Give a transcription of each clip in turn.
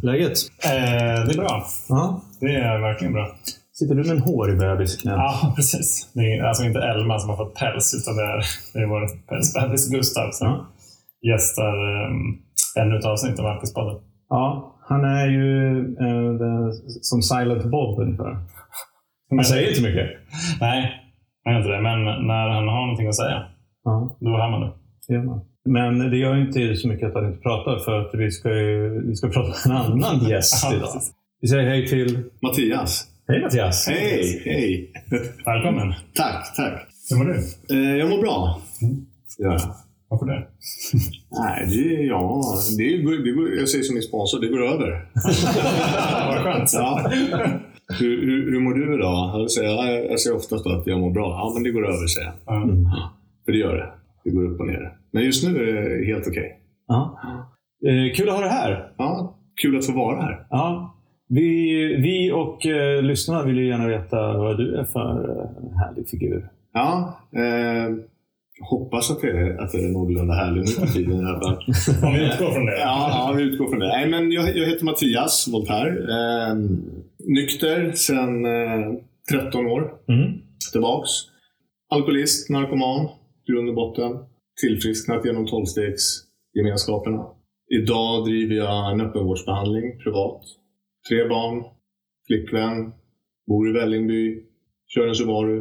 läget? Det är bra. Ja. Det är verkligen bra. Sitter du med en hårig bebis? Ja, precis. Det är alltså inte Elma som har fått päls, utan det är vår pälsbebis Gustav som gästar ännu ett avsnitt av Alkispodden. Ja, han är ju som Silent Bob ungefär. Han säger inte mycket. Nej, han gör inte det. Men när han har någonting att säga, då hör man det. Ja, man. Men det gör inte så mycket att han inte pratar, för att vi ska prata med en annan gäst idag. Vi säger hej till Mattias. Hej Mattias. Hej. Välkommen. Tack. Hur mår du? Jag mår bra. Ja. Varför det? Nej, jag säger som min sponsor, det går över. Vad skönt. Ja. Hur mår du idag? Jag säger oftast att jag mår bra. Ja, men det går över, säger jag. För det gör det. Det går upp och ner. Men just nu är det helt okej. Ja. Kul att ha dig här. Ja, kul att få vara här. Ja. Vi och lyssnarna vill ju gärna veta vad du är för härlig figur. Ja, hoppas att det är någorlunda härlig nu på tiden i alla fall. Om vi utgår från det. Ja, vi utgår från det. Nej, men jag heter Mattias Voltaire. Nykter sedan 13 år tillbaks. Alkoholist, narkoman, grund och botten. Tillfrisknat genom 12-stegsgemenskaperna. Idag driver jag en öppenvårdsbehandling privat. 3 barn, flickvän, bor i Vällingby, kör en Subaru.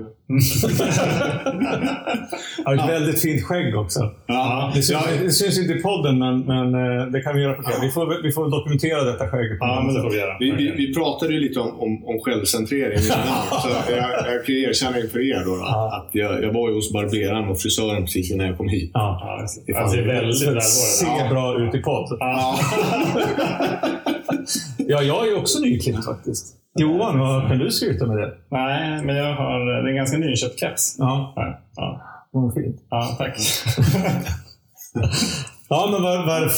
Har ett väldigt fint skägg också. Ja. Det syns inte i podden, men det kan vi göra på det. Vi får dokumentera detta skägg. Ja, men det får vi göra. Vi pratade ju lite om självcentrering innan. Så jag kan erkänna inför er då att jag var ju hos barberaren och frisören precis innan jag kom hit. Ja, det ser väldigt väldigt ser bra ut i podd. Ja, jag är ju också nyklippt faktiskt. Johan, vad kan du skryta med det? Nej, men det är en ganska nyköpt keps. Ja. Vad fint. Ja, tack. Ja, men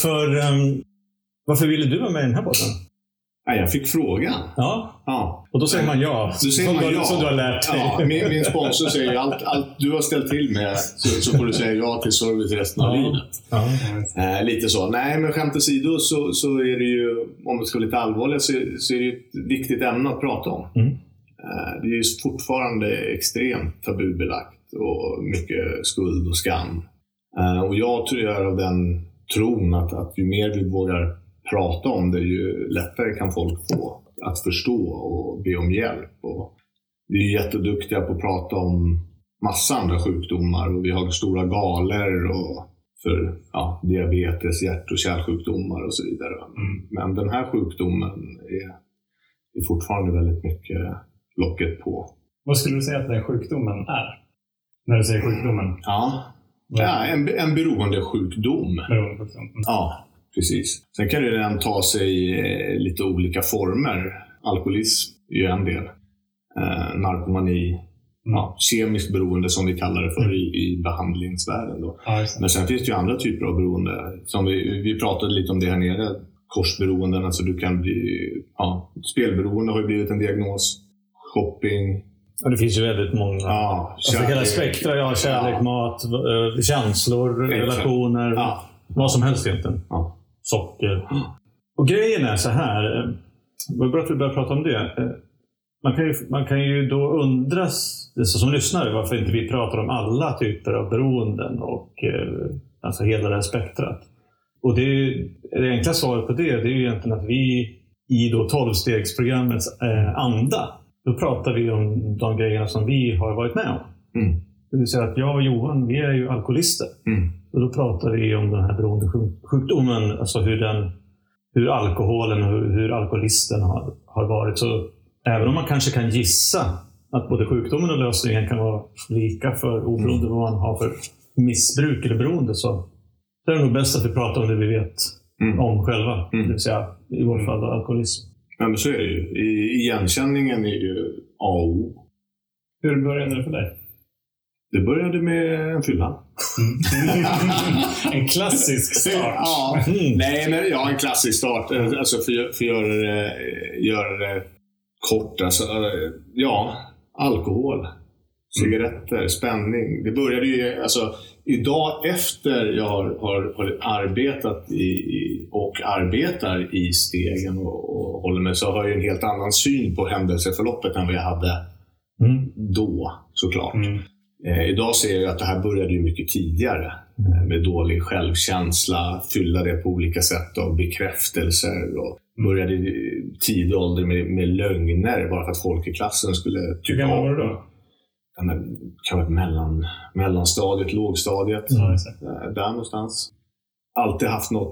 varför ville du vara med i den här podden? Nej, jag fick frågan. Ja. Och då säger man ja. Som du har lärt dig. Ja, min sponsor säger allt du har ställt till med, så får du säga ja till service resten av livet. Ja. Lite så. Nej, men skämt åsido så är det ju, om det ska vara lite allvarligt, så är det ju ett viktigt ämne att prata om. Det är ju fortfarande extremt tabubelagt och mycket skuld och skam. Och jag tror jag är av den tron att ju mer vi vågar prata om det, ju lättare kan folk få att förstå och be om hjälp. Och vi är jätteduktiga på att prata om massa andra sjukdomar, och vi har stora galer och för diabetes, hjärt- och kärlsjukdomar och så vidare. Men den här sjukdomen är fortfarande väldigt mycket locket på. Vad skulle du säga att den sjukdomen är? När du säger sjukdomen? En beroendesjukdom. Ja, precis. Sen kan den ta sig lite olika former. Alkoholism är ju en del. Narkomani. Kemiskt beroende som vi kallar det för i behandlingsvärlden då. Men sen finns det ju andra typer av beroende. Som vi pratade lite om det här nere. Korsberoenden, alltså du kan bli... spelberoende har ju blivit en diagnos. Shopping. Ja, det finns ju väldigt många. Hela spektra, kärlek, mat, känslor, relationer. Vad som helst egentligen. Socker. Och grejen är så här. Det var bra att vi började prata om det. Man kan ju då undra, som lyssnare, varför inte vi pratar om alla typer av beroenden och alltså hela det här spektrat. Och det enkla svaret på det är ju egentligen att vi i då 12-stegsprogrammets anda, då pratar vi om de grejerna som vi har varit med om. Det vill säga att jag och Johan, vi är ju alkoholister. Och då pratar vi om den här beroendesjukdomen, alltså hur alkoholen och hur alkoholisten har varit. Så även om man kanske kan gissa att både sjukdomen och lösningen kan vara lika för oberoende vad man har för missbruk eller beroende, så är det nog bäst att vi pratar om det vi vet om själva. Det vill säga i vårt fall alkoholism. Ja, men så är det ju. Igenkänningen är ju A och O. Hur började det för dig? Det började med en fylla. En klassisk start. En klassisk start. Alltså för att göra det kort. Alltså, alkohol. cigaretter, spänning. Det började ju, alltså idag efter jag har arbetat och arbetar i Stegen och håller med, så har jag en helt annan syn på händelseförloppet än vad jag hade då, såklart. Idag ser jag att det här började ju mycket tidigare med dålig självkänsla, fylla det på olika sätt av bekräftelser och började i tidig ålder med lögner bara för att folk i klassen skulle tycka om. Hur gammal var du då? Ja, men, kan vara mellanstadiet, lågstadiet, där någonstans. Alltid haft något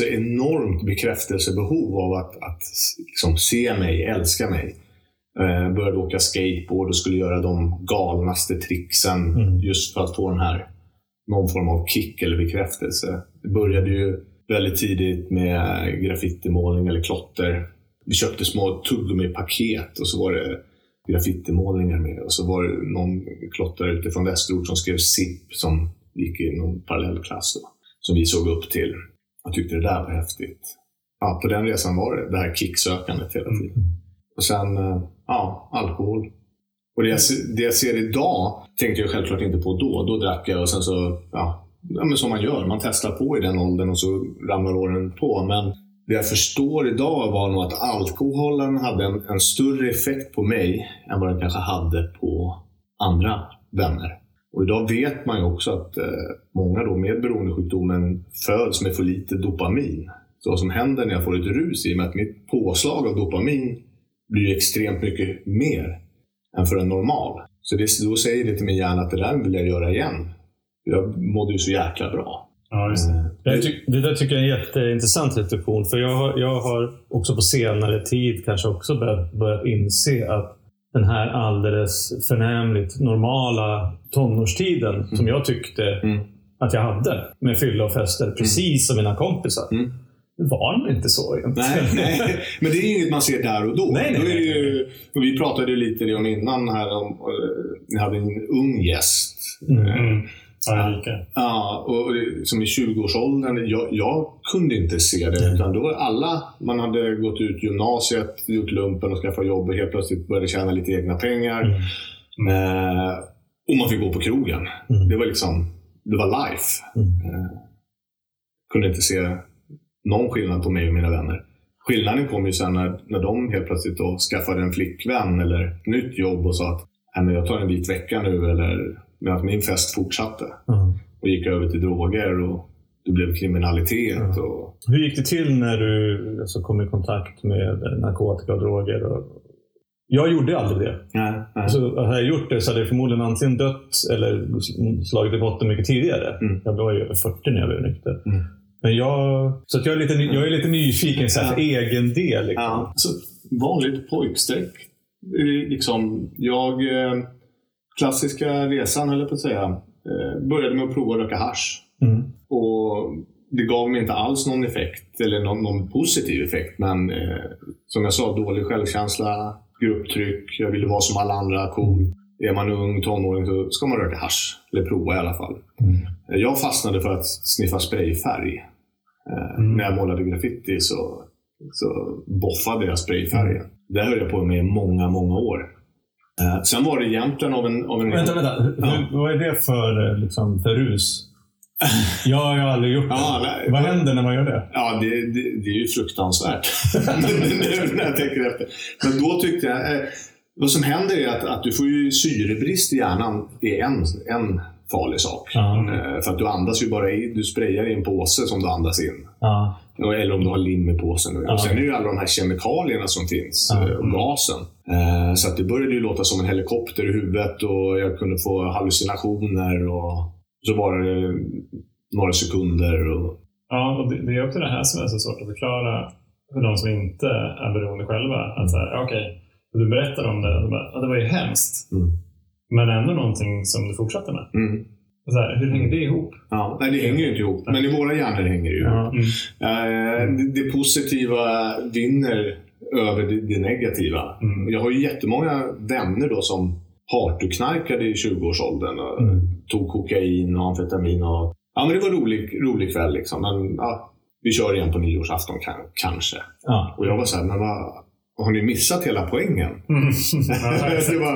enormt bekräftelsebehov av att liksom, se mig, älska mig. Började åka skateboard och skulle göra de galnaste tricksen just för att få den här någon form av kick eller bekräftelse. Det började ju väldigt tidigt med graffitimålning eller klotter. Vi köpte små tuggummi-paket och så var det graffitimålningar med. Och så var det någon klottrare utifrån Västerort som skrev SIP som gick i någon parallellklass då, som vi såg upp till. Jag tyckte det där var häftigt. Ja, på den resan var det här kicksökandet hela tiden. Och sen, alkohol. Och det jag ser idag tänkte jag självklart inte på då. Då drack jag och sen så, men som man gör. Man testar på i den åldern och så ramlar åren på. Men det jag förstår idag var nog att alkoholen hade en större effekt på mig än vad den kanske hade på andra vänner. Och idag vet man ju också att många då med beroendesjukdomen föds med för lite dopamin. Så vad som händer när jag får ett rus i och med att mitt påslag av dopamin blir extremt mycket mer än för en normal. Så då säger det till min hjärna att det där vill jag göra igen. Jag mådde ju så jäkla bra. Ja, just det. Det där tycker jag är en jätteintressant reflektion. För jag har också på senare tid kanske också börjat inse att den här alldeles förnämligt normala tonårstiden som jag tyckte att jag hade med fylla och fester precis som mina kompisar. Det var nog inte så egentligen. Nej, men det är ju inget man ser där och då. Nej. Då är det ju, och vi pratade ju lite om innan här om ni hade en ung gäst. Ja, och som i 20-årsåldern, jag kunde inte se det, utan då var alla, man hade gått ut gymnasiet, gjort lumpen och skaffat jobb och helt plötsligt började tjäna lite egna pengar. Och man fick gå på krogen. Det var liksom, det var life. Kunde inte se någon skillnad på mig och mina vänner. Skillnaden kom ju sen när de helt plötsligt då skaffade en flickvän eller nytt jobb och sa att men jag tar en vit vecka nu, eller med att min fest fortsatte och gick över till droger och det blev kriminalitet. Och... Hur gick det till när du kom i kontakt med narkotika och droger? Jag gjorde aldrig det. Nej. Så hade jag gjort det så hade jag förmodligen antingen dött eller slagit i botten mycket tidigare. Jag var ju över 40 när jag blev nykter. Men jag är lite nyfiken så här, för egen del. Liksom. Ja. Så vanligt pojkstreck. Liksom, klassiska resan, höll jag på att säga, började med att prova att röka hasch. Och det gav mig inte alls någon effekt, eller någon positiv effekt. Men som jag sa, dålig självkänsla, grupptryck, jag ville vara som alla andra, cool. Är man ung, tonåring, så ska man röka hasch. Eller prova i alla fall. Jag fastnade för att sniffa sprayfärg. När jag målade graffiti så boffade jag sprayfärgen. Det höll jag på med många, många år. Sen var det egentligen av en... Vänta. Vad är det för rus? Jag har ju aldrig gjort det. Vad händer när man gör det? Ja, det är ju fruktansvärt. när jag tänker efter. Men då tyckte jag... vad som händer är att du får ju syrebrist i hjärnan. Det är en farlig sak. För att du andas ju bara du sprayar i en påse som du andas in. Eller om du har lim i påsen. Och sen är det ju alla de här kemikalierna som finns. Och gasen. Så att det började ju låta som en helikopter i huvudet. Och jag kunde få hallucinationer. Och så var det några sekunder. Ja, och det är också det här som är så svårt att förklara för de som inte är beroende själva. Att så här, okej, du berättar om det. Det var ju hemskt. Men ändå någonting som du fortsatte med. Så här, hur hänger det ihop? Ja, nej, det hänger ju inte ihop. Men i våra hjärnor hänger det ju ihop. Det positiva vinner över det negativa. Jag har ju jättemånga vänner då som partyknarkade i 20-årsåldern. Och tog kokain och amfetamin. Och, ja, men det var rolig kväll liksom. Men vi kör igen på nyårsafton kanske. Och jag var så här, men har ni missat hela poängen?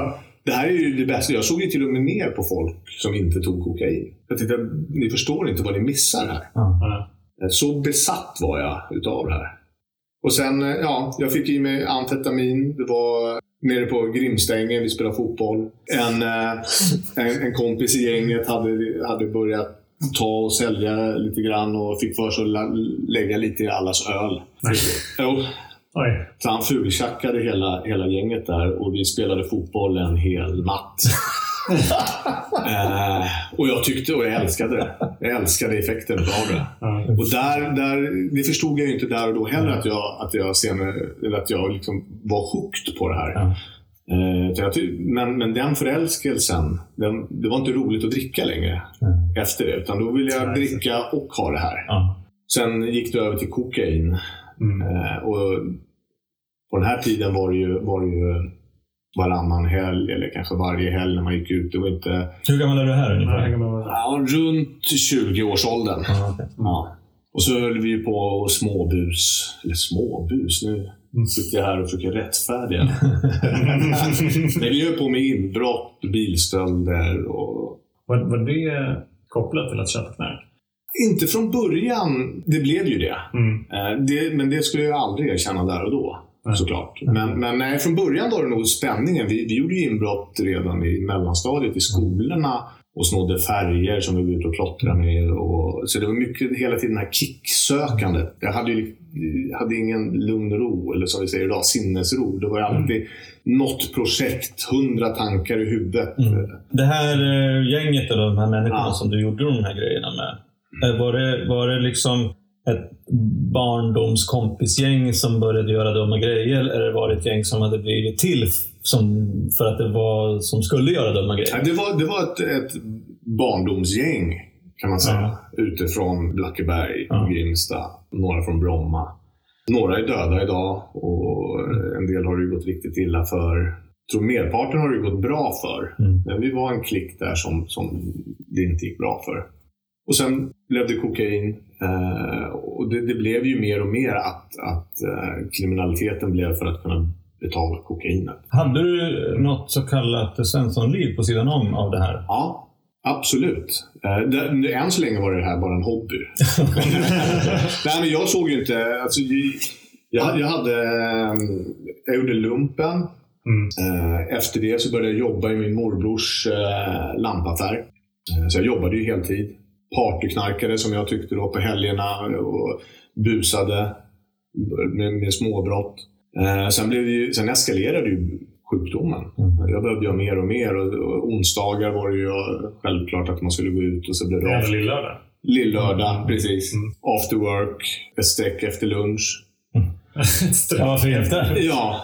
Det här är ju det bästa. Jag såg ju till och med ner på folk som inte tog kokain. Jag tänkte, ni förstår inte vad ni missar här. Så besatt var jag utav det här. Och sen, jag fick i mig amfetamin. Det var nere på Grimstängen, vi spelade fotboll. En kompis i gänget hade börjat ta och sälja lite grann och fick för sig att lägga lite i allas öl. Jo. Så han fultjackade hela gänget där och vi spelade fotboll en hel natt. Och jag älskade det. Jag älskade effekten av det. Och det förstod jag ju inte där och då heller att jag liksom var hooked på det här. Men den förälskelsen, det var inte roligt att dricka längre efter det, utan då ville jag dricka och ha det här. Sen gick det över till kokain. Och på den här tiden var det ju varannan helg eller kanske varje helg när man gick ut. Det var inte... Hur gammal är du här ungefär? Runt 20-årsåldern. Och så höll vi ju på småbus. Eller småbus nu. Sitter jag här och försöker rättfärdiga. Men vi höll på med inbrott, bilstölder och... Var det kopplat till att köpa knark? Inte från början. Det blev ju det. Men det skulle jag aldrig erkänna där och då. Såklart. Men nej, från början var det nog spänningen. Vi gjorde ju inbrott redan i mellanstadiet i skolorna och snodde färger som vi var ute och klottrade med. Så det var mycket hela tiden det här kicksökandet. Jag hade ingen lugn och ro, eller som vi säger idag, sinnesro. Det var alltid något projekt, 100 tankar i huvudet. Det här gänget eller de här människorna som du gjorde de här grejerna med, var det liksom ett barndomskompisgäng som började göra dumma grejer, eller var det ett gäng som hade blivit till för att det var som skulle göra dumma grejer? Det var ett barndomsgäng kan man säga, utifrån Blackeberg, Grimsta, några från Bromma. Några är döda idag och en del har det gått riktigt illa för. Jag tror merparten har det gått bra för. Men vi var en klick där som det inte gick bra för. Och sen blev det kokain. Och det blev ju mer och mer att kriminaliteten blev för att kunna betala kokainet. Hade du något så kallat Svensson-liv på sidan om av det här? Ja, absolut. Än så länge var det här bara en hobby. Nej, men jag såg ju inte... Alltså, jag gjorde lumpen. Efter det så började jag jobba i min morbrors lampaffär. Så jag jobbade ju heltid. Partyknarkare som jag tyckte då på helgerna och busade med småbrott. Sen eskalerade ju sjukdomen. Jag behövde göra mer och mer och onsdagar var det ju självklart att man skulle gå ut och så blev det lillördag. Lillördag, precis. After work, ett streck efter lunch. Varför inte? Ja.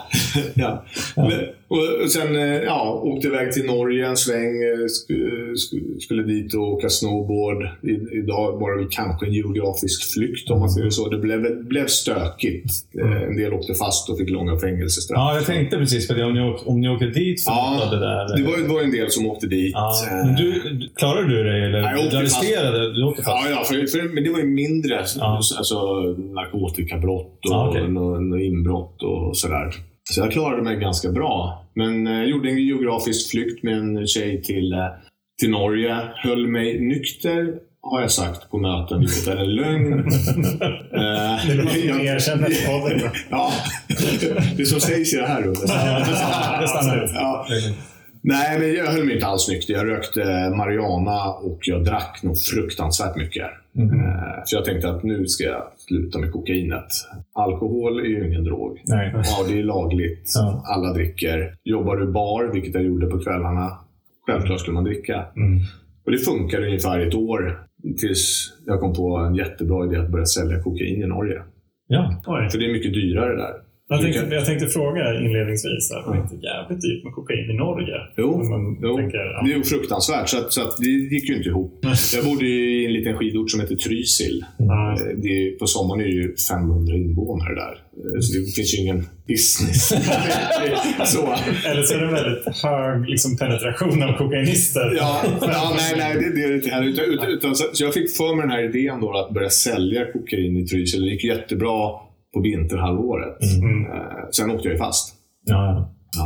Och sen åkte iväg till Norge en sväng, skulle dit och åka snowboard. Idag var det väl kanske en geografisk flykt om man säger så. Det blev stökigt. En del åkte fast och fick långa fängelsestraff. Ja, jag tänkte precis för det. Om ni åkte dit för det där. Det var en del som åkte dit. Ja. Men klarade du det? Eller? Nej, du arresterade? Du åkte fast? Men det var ju mindre. Alltså narkotikabrott och inbrott och sådär. Så jag klarade mig ganska bra. Men jag gjorde en geografisk flykt med en tjej till Norge. Höll mig nykter, har jag sagt på möten, vilket är en lögn. Jag erkänner det. Ja, det som sägs i det här rummet. Det stannar ut. Ja. Nej, men jag höll mig inte alls nykter. Jag rökte marijuana och jag drack nog fruktansvärt mycket. Så jag tänkte att nu ska jag sluta med kokainet. Alkohol är ju ingen drog. Nej. Ja, det är lagligt. Ja. Alla dricker. Jobbar du bar, vilket jag gjorde på kvällarna, självklart skulle man dricka. Och det funkar ungefär ett år tills jag kom på en jättebra idé att börja sälja kokain i Norge. Ja. För det är mycket dyrare där. Jag tänkte fråga inledningsvis att det är inte jävligt dyrt med kokain i Norge. Jo. Det är ju fruktansvärt så att det gick ju inte ihop. Jag bodde i en liten skidort som heter Trysil. På sommaren är det ju 500 invånare där. Så det finns ju ingen business. Så. Eller så är det väldigt hög penetration av kokainister. Nej, det är det inte här. Så jag fick för mig den här idén då att börja sälja kokain i Trysil. Det gick jättebra på vinterhalvåret. Sen åkte jag ju fast. Ja.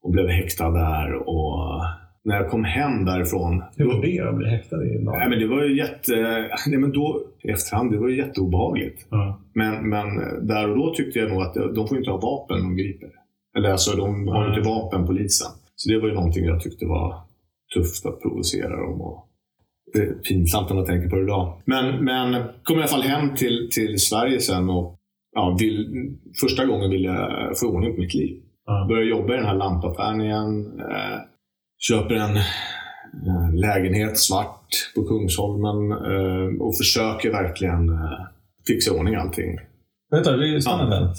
och blev häktad där. Och när jag kom hem därifrån... Hur var det att bli häktad i Norge? Nej, men det var ju i efterhand, det var ju jätteobehagligt. Men där och då tyckte jag nog att de får inte ha vapen de griper. Eller alltså, de har inte vapen, polisen. Så det var ju någonting jag tyckte var tufft att provocera dem. Och det är pinsamt om jag tänker på det idag. Men kom i alla fall hem till Sverige sen och första gången ville jag få ordning på mitt liv. Började jobba i den här lampaffären igen. Köper en lägenhet svart på Kungsholmen och försöker verkligen fixa ordning allting. Vänta, det är spännande.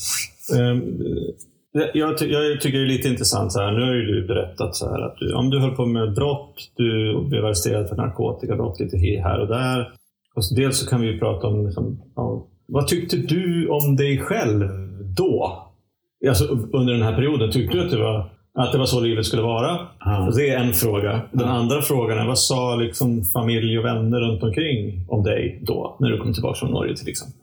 Jag tycker det är lite intressant så här. Nu har ju du berättat så här att om du höll på med brott, du blev arresterad för narkotikabrott lite här och där. Och så dels så kan vi ju prata om liksom, vad tyckte du om dig själv då? Alltså under den här perioden, tyckte du att det var så livet skulle vara? Det är en fråga. Den andra frågan är, vad sa liksom familj och vänner runt omkring om dig då, när du kom tillbaka från Norge till exempel?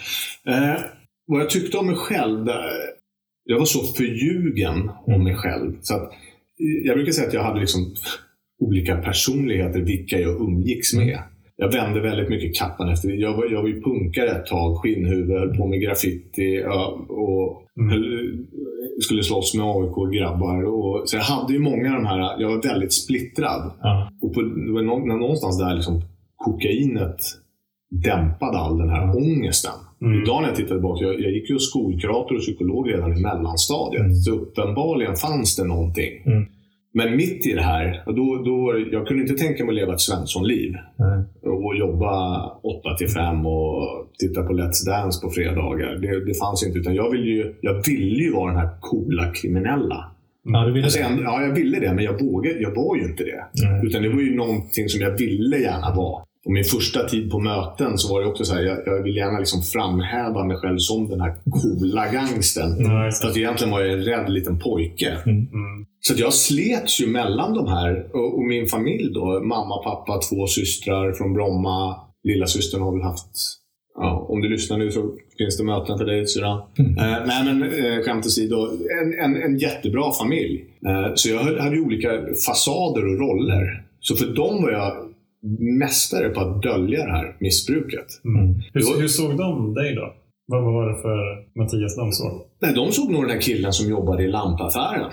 Vad jag tyckte om mig själv, jag var så förljugen om mig själv. Så att, jag brukar säga att jag hade liksom olika personligheter, vilka jag umgicks med. Jag vände väldigt mycket kappan efter. Jag var ju punkare ett tag, skinnhuvud, på med graffiti och skulle slåss med AIK-grabbar. Så jag hade ju många av de här, jag var väldigt splittrad. Och det var någonstans där liksom kokainet dämpade all den här ångesten. Idag när jag tittar tillbaka, jag gick ju skolkurator och psykolog redan i mellanstadiet. Så uppenbarligen fanns det någonting. Men mitt i det här, jag kunde inte tänka mig att leva ett Svensson-liv. Och jobba 8-5 och titta på Let's Dance på fredagar. Det fanns inte, utan jag ville ju vara den här coola kriminella. Jag ville det, men jag var ju inte det. Utan det var ju någonting som jag ville gärna vara. Och min första tid på möten så var det också så här, jag ville gärna liksom framhäva mig själv som den här coola gangsten. För att egentligen var jag en rädd liten pojke. Så att jag slets ju mellan de här. Och min familj då, mamma, pappa, 2 systrar från Bromma. Lilla systern har väl haft, om du lyssnar nu så finns det möten för dig, syrran. Nej men skämt åsido, en jättebra familj. Så jag hade ju olika fasader och roller. Så för dem var jag mästare på att dölja det här missbruket. Hur såg de dig då? Vad var det för Mattias de såg? Nej, de såg nog den här killen som jobbade i lampaffären.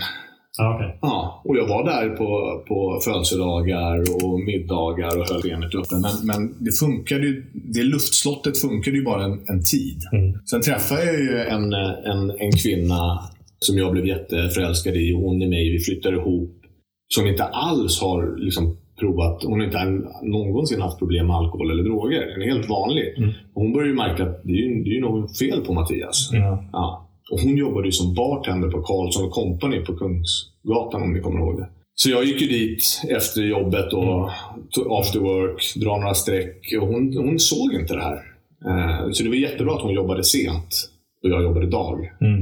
Och jag var där på födelsedagar och middagar och höll benet uppe. Men det funkade ju, det luftslottet funkade ju bara en tid. Sen träffade jag ju en kvinna som jag blev jätteförälskad i. Hon är mig, vi flyttade ihop. Som inte alls har liksom provat, hon har inte någonsin haft problem med alkohol eller droger. Den är helt vanlig. Och hon började ju märka att det är ju något fel på Mattias. Och hon jobbade ju som bartender på Karlsson & Company på Kungsgatan, om ni kommer ihåg det. Så jag gick ju dit efter jobbet och after work, dra några streck. Och hon såg inte det här. Så det var jättebra att hon jobbade sent och jag jobbade dag.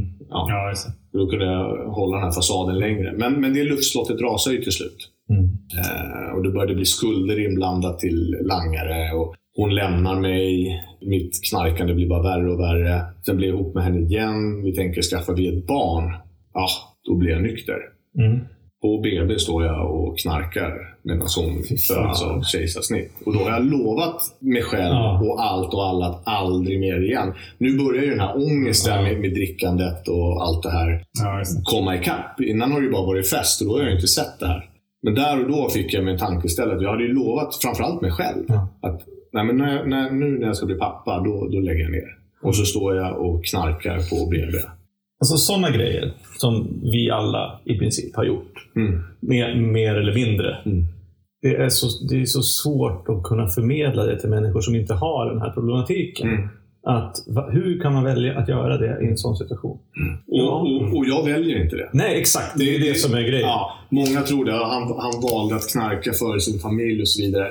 Då kunde jag hålla den här fasaden längre. Men det luftslottet rasade ju till slut. Och det började bli skulder inblandat till langare. Och hon lämnar mig. Mitt knarkande blir bara värre och värre. Sen blir jag ihop med henne igen. Vi tänker skaffa vi ett barn. Då blir jag nykter. På BB står jag och knarkar medan hon föds av kejsarsnitt. Och då har jag lovat mig själv och allt och alla att aldrig mer igen. Nu börjar ju den här ångesten med drickandet och allt det här komma ikapp. Innan har det ju bara varit fest och då har jag inte sett det här. Men där och då fick jag mig en tankeställe. Jag hade ju lovat framförallt mig själv att nu när jag ska bli pappa, då lägger jag ner. Och så står jag och knarkar på BB. Alltså sådana grejer som vi alla i princip har gjort. Mer eller mindre. Det är så svårt att kunna förmedla det till människor som inte har den här problematiken. Hur kan man välja att göra det i en sån situation? Och jag väljer inte det. Nej, exakt. Det är det som är grejen. Många tror det. Han valde att knarka för sin familj och så vidare.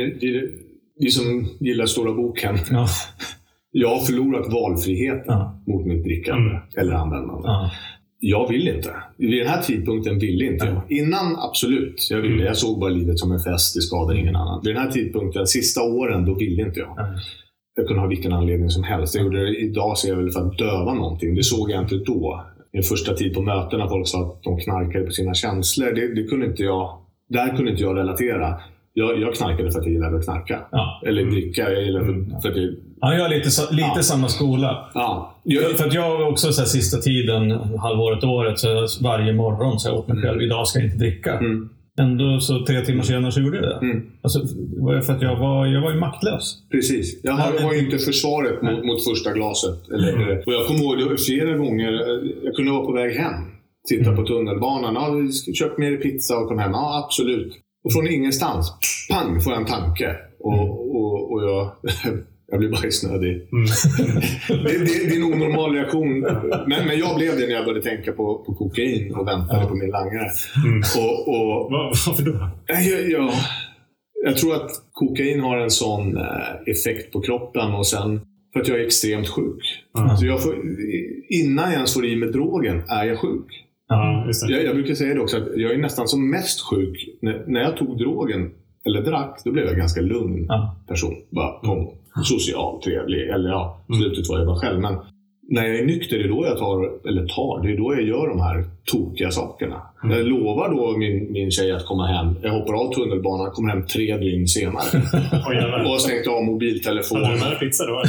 Vi som gillar Stora boken. Jag har förlorat valfriheten mot mitt drickande eller användande. Jag vill inte. Vid den här tidpunkten ville inte jag. Innan absolut, jag ville. Jag såg bara livet som en fest, det skadar ingen annan. Vid den här tidpunkten, sista åren, då ville inte jag. Jag kunde ha vilken anledning som helst. Jag gjorde det idag, så jag väl för att döva någonting. Det såg jag inte då. min första tid på möten när folk sa att de knarkade på sina känslor. Det kunde inte jag, där kunde inte jag relatera. Jag knarkade för att jag gillade att knarka. Ja. Eller dricka. Jag gillade för att det... Ja, jag är lite samma skola. Ja. För att jag också så här, sista tiden, halvåret, året, så varje morgon så jag åt mig själv, idag ska jag inte dricka. Ändå så 3 timmar senare så gjorde jag det. Alltså, för att jag var ju maktlös. Precis. Jag var ju inte försvaret mot första glaset. Och jag kommer ihåg det flera gånger. Jag kunde vara på väg hem. Titta på tunnelbanan. Ja, vi ska köpa mer pizza och kom hem. Ja, absolut. Och från ingenstans, pang, får jag en tanke. Och jag blir bajsnödig. Det är en onormal reaktion. Men jag blev det när jag började tänka på kokain och väntade på min langare. Varför då? Jag tror att kokain har en sån effekt på kroppen. Och sen för att jag är extremt sjuk. Så innan jag ens får i med drogen är jag sjuk. Just det. Jag brukar säga det också, att jag är nästan som mest sjuk när jag tog drogen eller drack, då blev jag ganska lugn person. Bara social, trevlig, eller slutet var jag bara själv. Men när jag är nykter, det är då jag det är då jag gör de här tokiga sakerna. Jag lovar då min tjej att komma hem. Jag hoppar av tunnelbanan, kommer hem 3 dygn senare. Och har stängt av mobiltelefonen. Hade du med pizza då?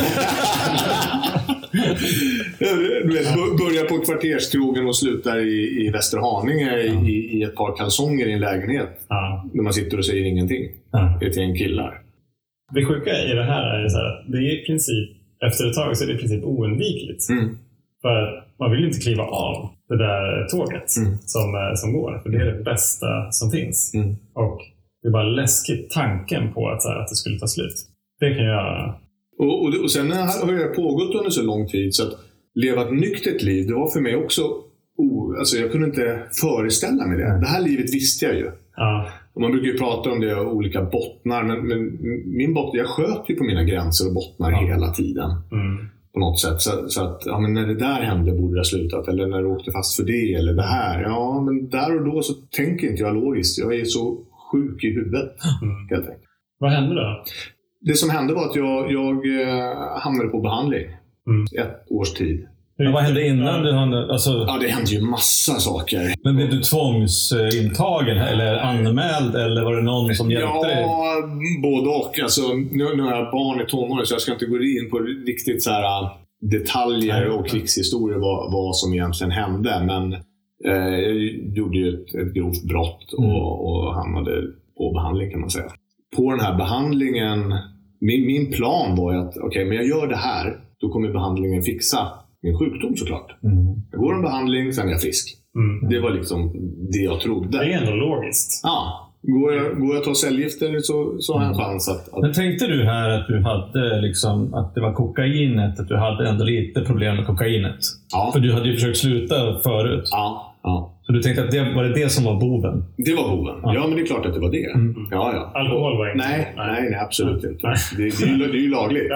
Du vet, börjar på kvarterskrogen och slutar i Västerhaninge i ett par kalsonger i en lägenhet. När man sitter och säger ingenting. Det är till en killar. Det sjuka i det här är så här, det är i princip, efter ett tag så är det i princip oundvikligt. För man vill inte kliva av det där tåget som går. För det är det bästa som finns. Och det är bara läskigt tanken på att det skulle ta slut. Det kan jag... Och sen har det pågått under så lång tid så att leva ett nyktert liv, det var för mig också alltså jag kunde inte föreställa mig det. Det här livet visste jag ju. Och man brukar ju prata om det och olika bottnar, men min botten, jag sköt ju på mina gränser och bottnar hela tiden. På något sätt. Så att men när det där hände borde det ha slutat. Eller när du åkte fast för det eller det här. Ja, men där och då så tänker inte jag logiskt. Jag är så sjuk i huvudet. Helt enkelt. Vad hände då? Det som hände var att jag hamnade på behandling. 1 års tid. Men vad hände innan du hade... Alltså... Ja, det hände ju massa saker. Men blev du tvångsintagen eller anmäld? Eller var det någon som hjälpte dig? Ja, både och. Alltså, nu har jag barn i tonåren så jag ska inte gå in på riktigt så här detaljer och krigshistorier vad som egentligen hände. Men jag gjorde ju ett grovt brott och hamnade på behandling kan man säga. På den här behandlingen, min plan var ju att men jag gör det här, då kommer behandlingen fixa min sjukdom såklart. Jag går en behandling, sen är jag frisk. Det var liksom det jag trodde. Det är ändå logiskt. Ja, går jag ta cellgifter så har jag en chans att... Men tänkte du här att du hade liksom, att det var kokainet, att du hade ändå lite problem med kokainet? Ja. För du hade ju försökt sluta förut. Ja. Så du tänkte att det var det som var boven? Det var boven. Ja, men det är klart att det var det. Ja. Alkohol var inte? Nej, absolut inte. Det är ju lagligt. Det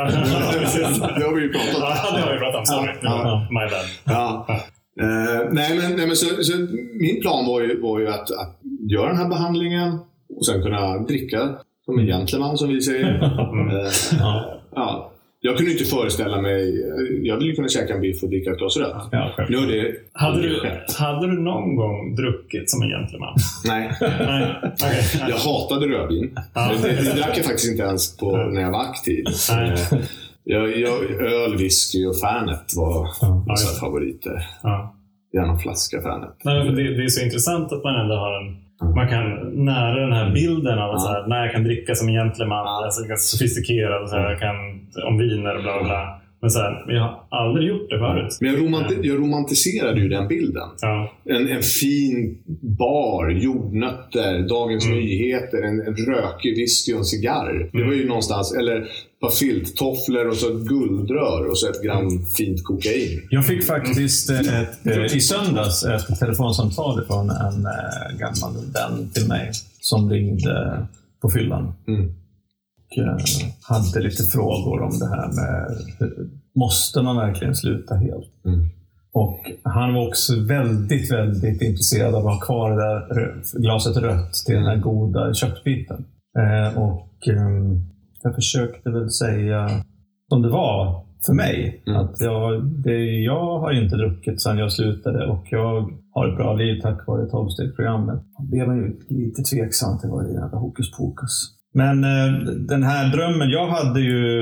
har vi ju pratat om. Ja, det har vi pratat om. Sorry. My bad. Ja. Nej, men så min plan var ju att göra den här behandlingen och sen kunna dricka som en gentleman som vi säger. Ja. Jag kunde inte föreställa mig. Jag ville kunna käka en biff och dricka ett glas rött. Hade du någon gång druckit som en gentleman? Nej. Okay. Jag hatade rödvin. Det drack jag faktiskt inte ens när jag var aktiv. Öl, whisky och Fernet var favoriter. Gärna flaska Fernet. Nej, för det är så intressant att man ändå har man kan nära den här bilden av så här, när jag kan dricka som en gentleman, alltså ganska sofistikerad, så här, jag kan om viner och bla bla bla. Men så här, jag har aldrig gjort det förut. Men jag romantiserade ju den bilden. En fin bar, jordnötter, Dagens Nyheter, en rökig whisky och en cigarr. Det var ju någonstans, eller ett par filttofflor och så ett guldrör och så ett gram fint kokain. Jag fick faktiskt i söndags ett telefonsamtal från en gammal vän till mig som ringde på fyllan. Hade lite frågor om det här med måste man verkligen sluta helt? Och han var också väldigt, väldigt intresserad av att ha kvar det där glaset rött till den här goda köttbiten. Och jag försökte väl säga som det var för mig. Att jag har inte druckit sedan jag slutade och jag har ett bra liv tack vare 12-stegsprogrammet. Det är man ju lite tveksam till vad det är jävla hokus pokus. Men den här drömmen, jag hade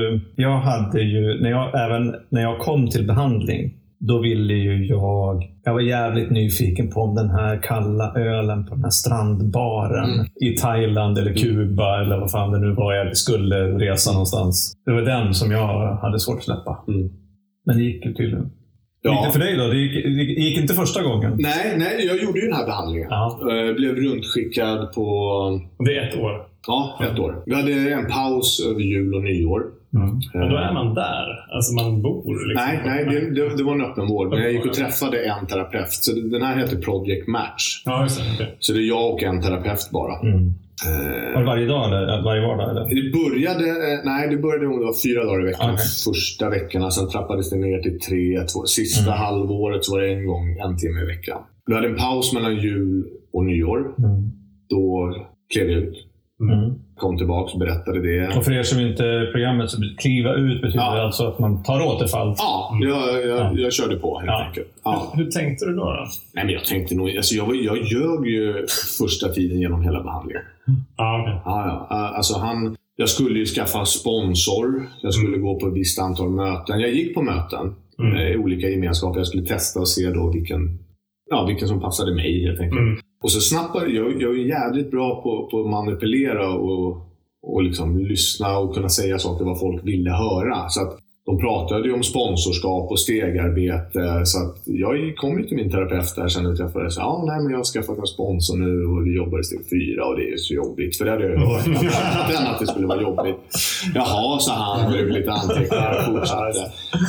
ju när jag kom till behandling, då ville ju jag var jävligt nyfiken på om den här kalla ölen på den här strandbaren i Thailand eller Kuba eller vad fan det nu var jag skulle resa någonstans. Det var den som jag hade svårt att släppa. Men det gick ju tydligen. Ja. Gick det för dig då? Det gick inte första gången? Nej, jag gjorde ju den här behandlingen. Blev rundskickad på... Det är 1 år? Ja, 1 år. Vi hade en paus över jul och nyår. Och då är man där? Alltså man bor liksom? Nej, det var en öppen vård. Men jag gick och träffade en terapeut. Så den här heter Project Match. Ja, just det. Okay. Så det är jag och en terapeut bara. Var det varje dag eller varje vardag? Eller? Det började om det var 4 dagar i veckan. Första veckorna, sen trappades det ner till 3, 2. Sista halvåret så var det 1 gång, 1 timme i veckan. Vi hade en paus mellan jul och nyår. Då klev jag ut. Kom tillbaka och berättade det. Och för er som inte programmet, så kliva ut betyder alltså att man tar återfall? Ja, jag körde på helt enkelt. Ja. Hur tänkte du då? Nej, men jag tänkte nog... Alltså jag ljög ju första tiden genom hela behandlingen. Alltså jag skulle ju skaffa sponsor. Jag skulle gå på ett visst antal möten. Jag gick på möten i olika gemenskaper. Jag skulle testa och se då vilken som passade mig helt enkelt. Och så snappade jag är jävligt bra på att manipulera och liksom lyssna och kunna säga saker vad folk ville höra. Så att de pratade ju om sponsorskap och stegarbete. Så att jag kom ju till min terapeut där sen och träffade så men jag har skaffat en sponsor nu och vi jobbar i steg 4 och det är så jobbigt. För det hade jag hört att det skulle vara jobbigt. Jaha, sa han och blev lite antecknare och fortsatte.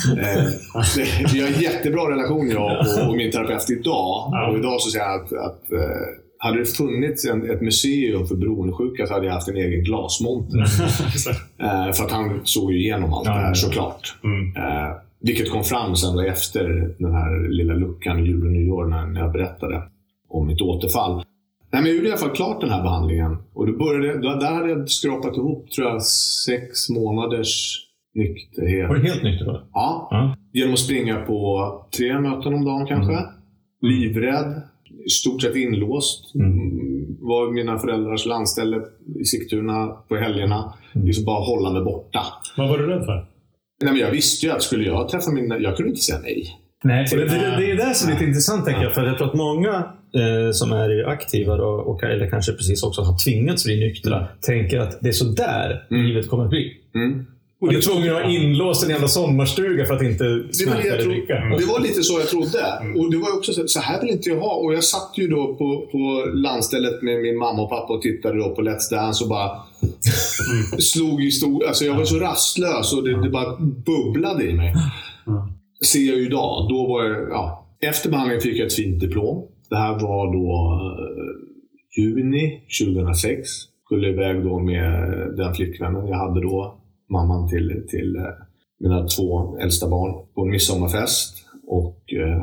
Vi har en jättebra relation jag och min terapeut idag. Och idag så säger jag att hade det funnits ett museum för beroendesjuka så hade jag haft en egen glasmonter. För att han såg ju igenom allt det här såklart. Vilket kom fram sen efter den här lilla luckan i jul och nyår när jag berättade om mitt återfall. Nej, men jag gjorde i alla fall klart den här behandlingen. Och där hade jag skrapat ihop, tror jag, 6 månaders nykterhet. Var det helt nykter då? Ja. Genom att springa på 3 möten om dagen kanske. Livrädd. I stort sett inlåst. Var mina föräldrars landställe i Sigtuna på helgerna. Liksom bara hålla mig borta. Vad var du rädd för? Nej, men jag visste ju att skulle jag träffa jag kunde inte säga nej. Nej, det är det som är lite intressant tänker jag. För jag tror att många som är aktiva då, eller kanske precis också har tvingats bli nyktra tänker att det är så där livet kommer att bli. Och du är tvungen att ha inlåst en jävla sommarstuga för att inte smärta eller dricka. Det var lite så jag trodde. Och det var också så här vill inte jag ha. Och jag satt ju då på landstället med min mamma och pappa och tittade då på Let's Dance och bara slog i stor... Alltså jag var så rastlös och det bara bubblade i mig. Ser jag ju idag. Då var jag... Efter behandlingen fick jag ett fint diplom. Det här var då juni 2006. Skulle iväg då med den flickvännen jag hade då. Mamman till mina 2 äldsta barn på en midsommarfest. Och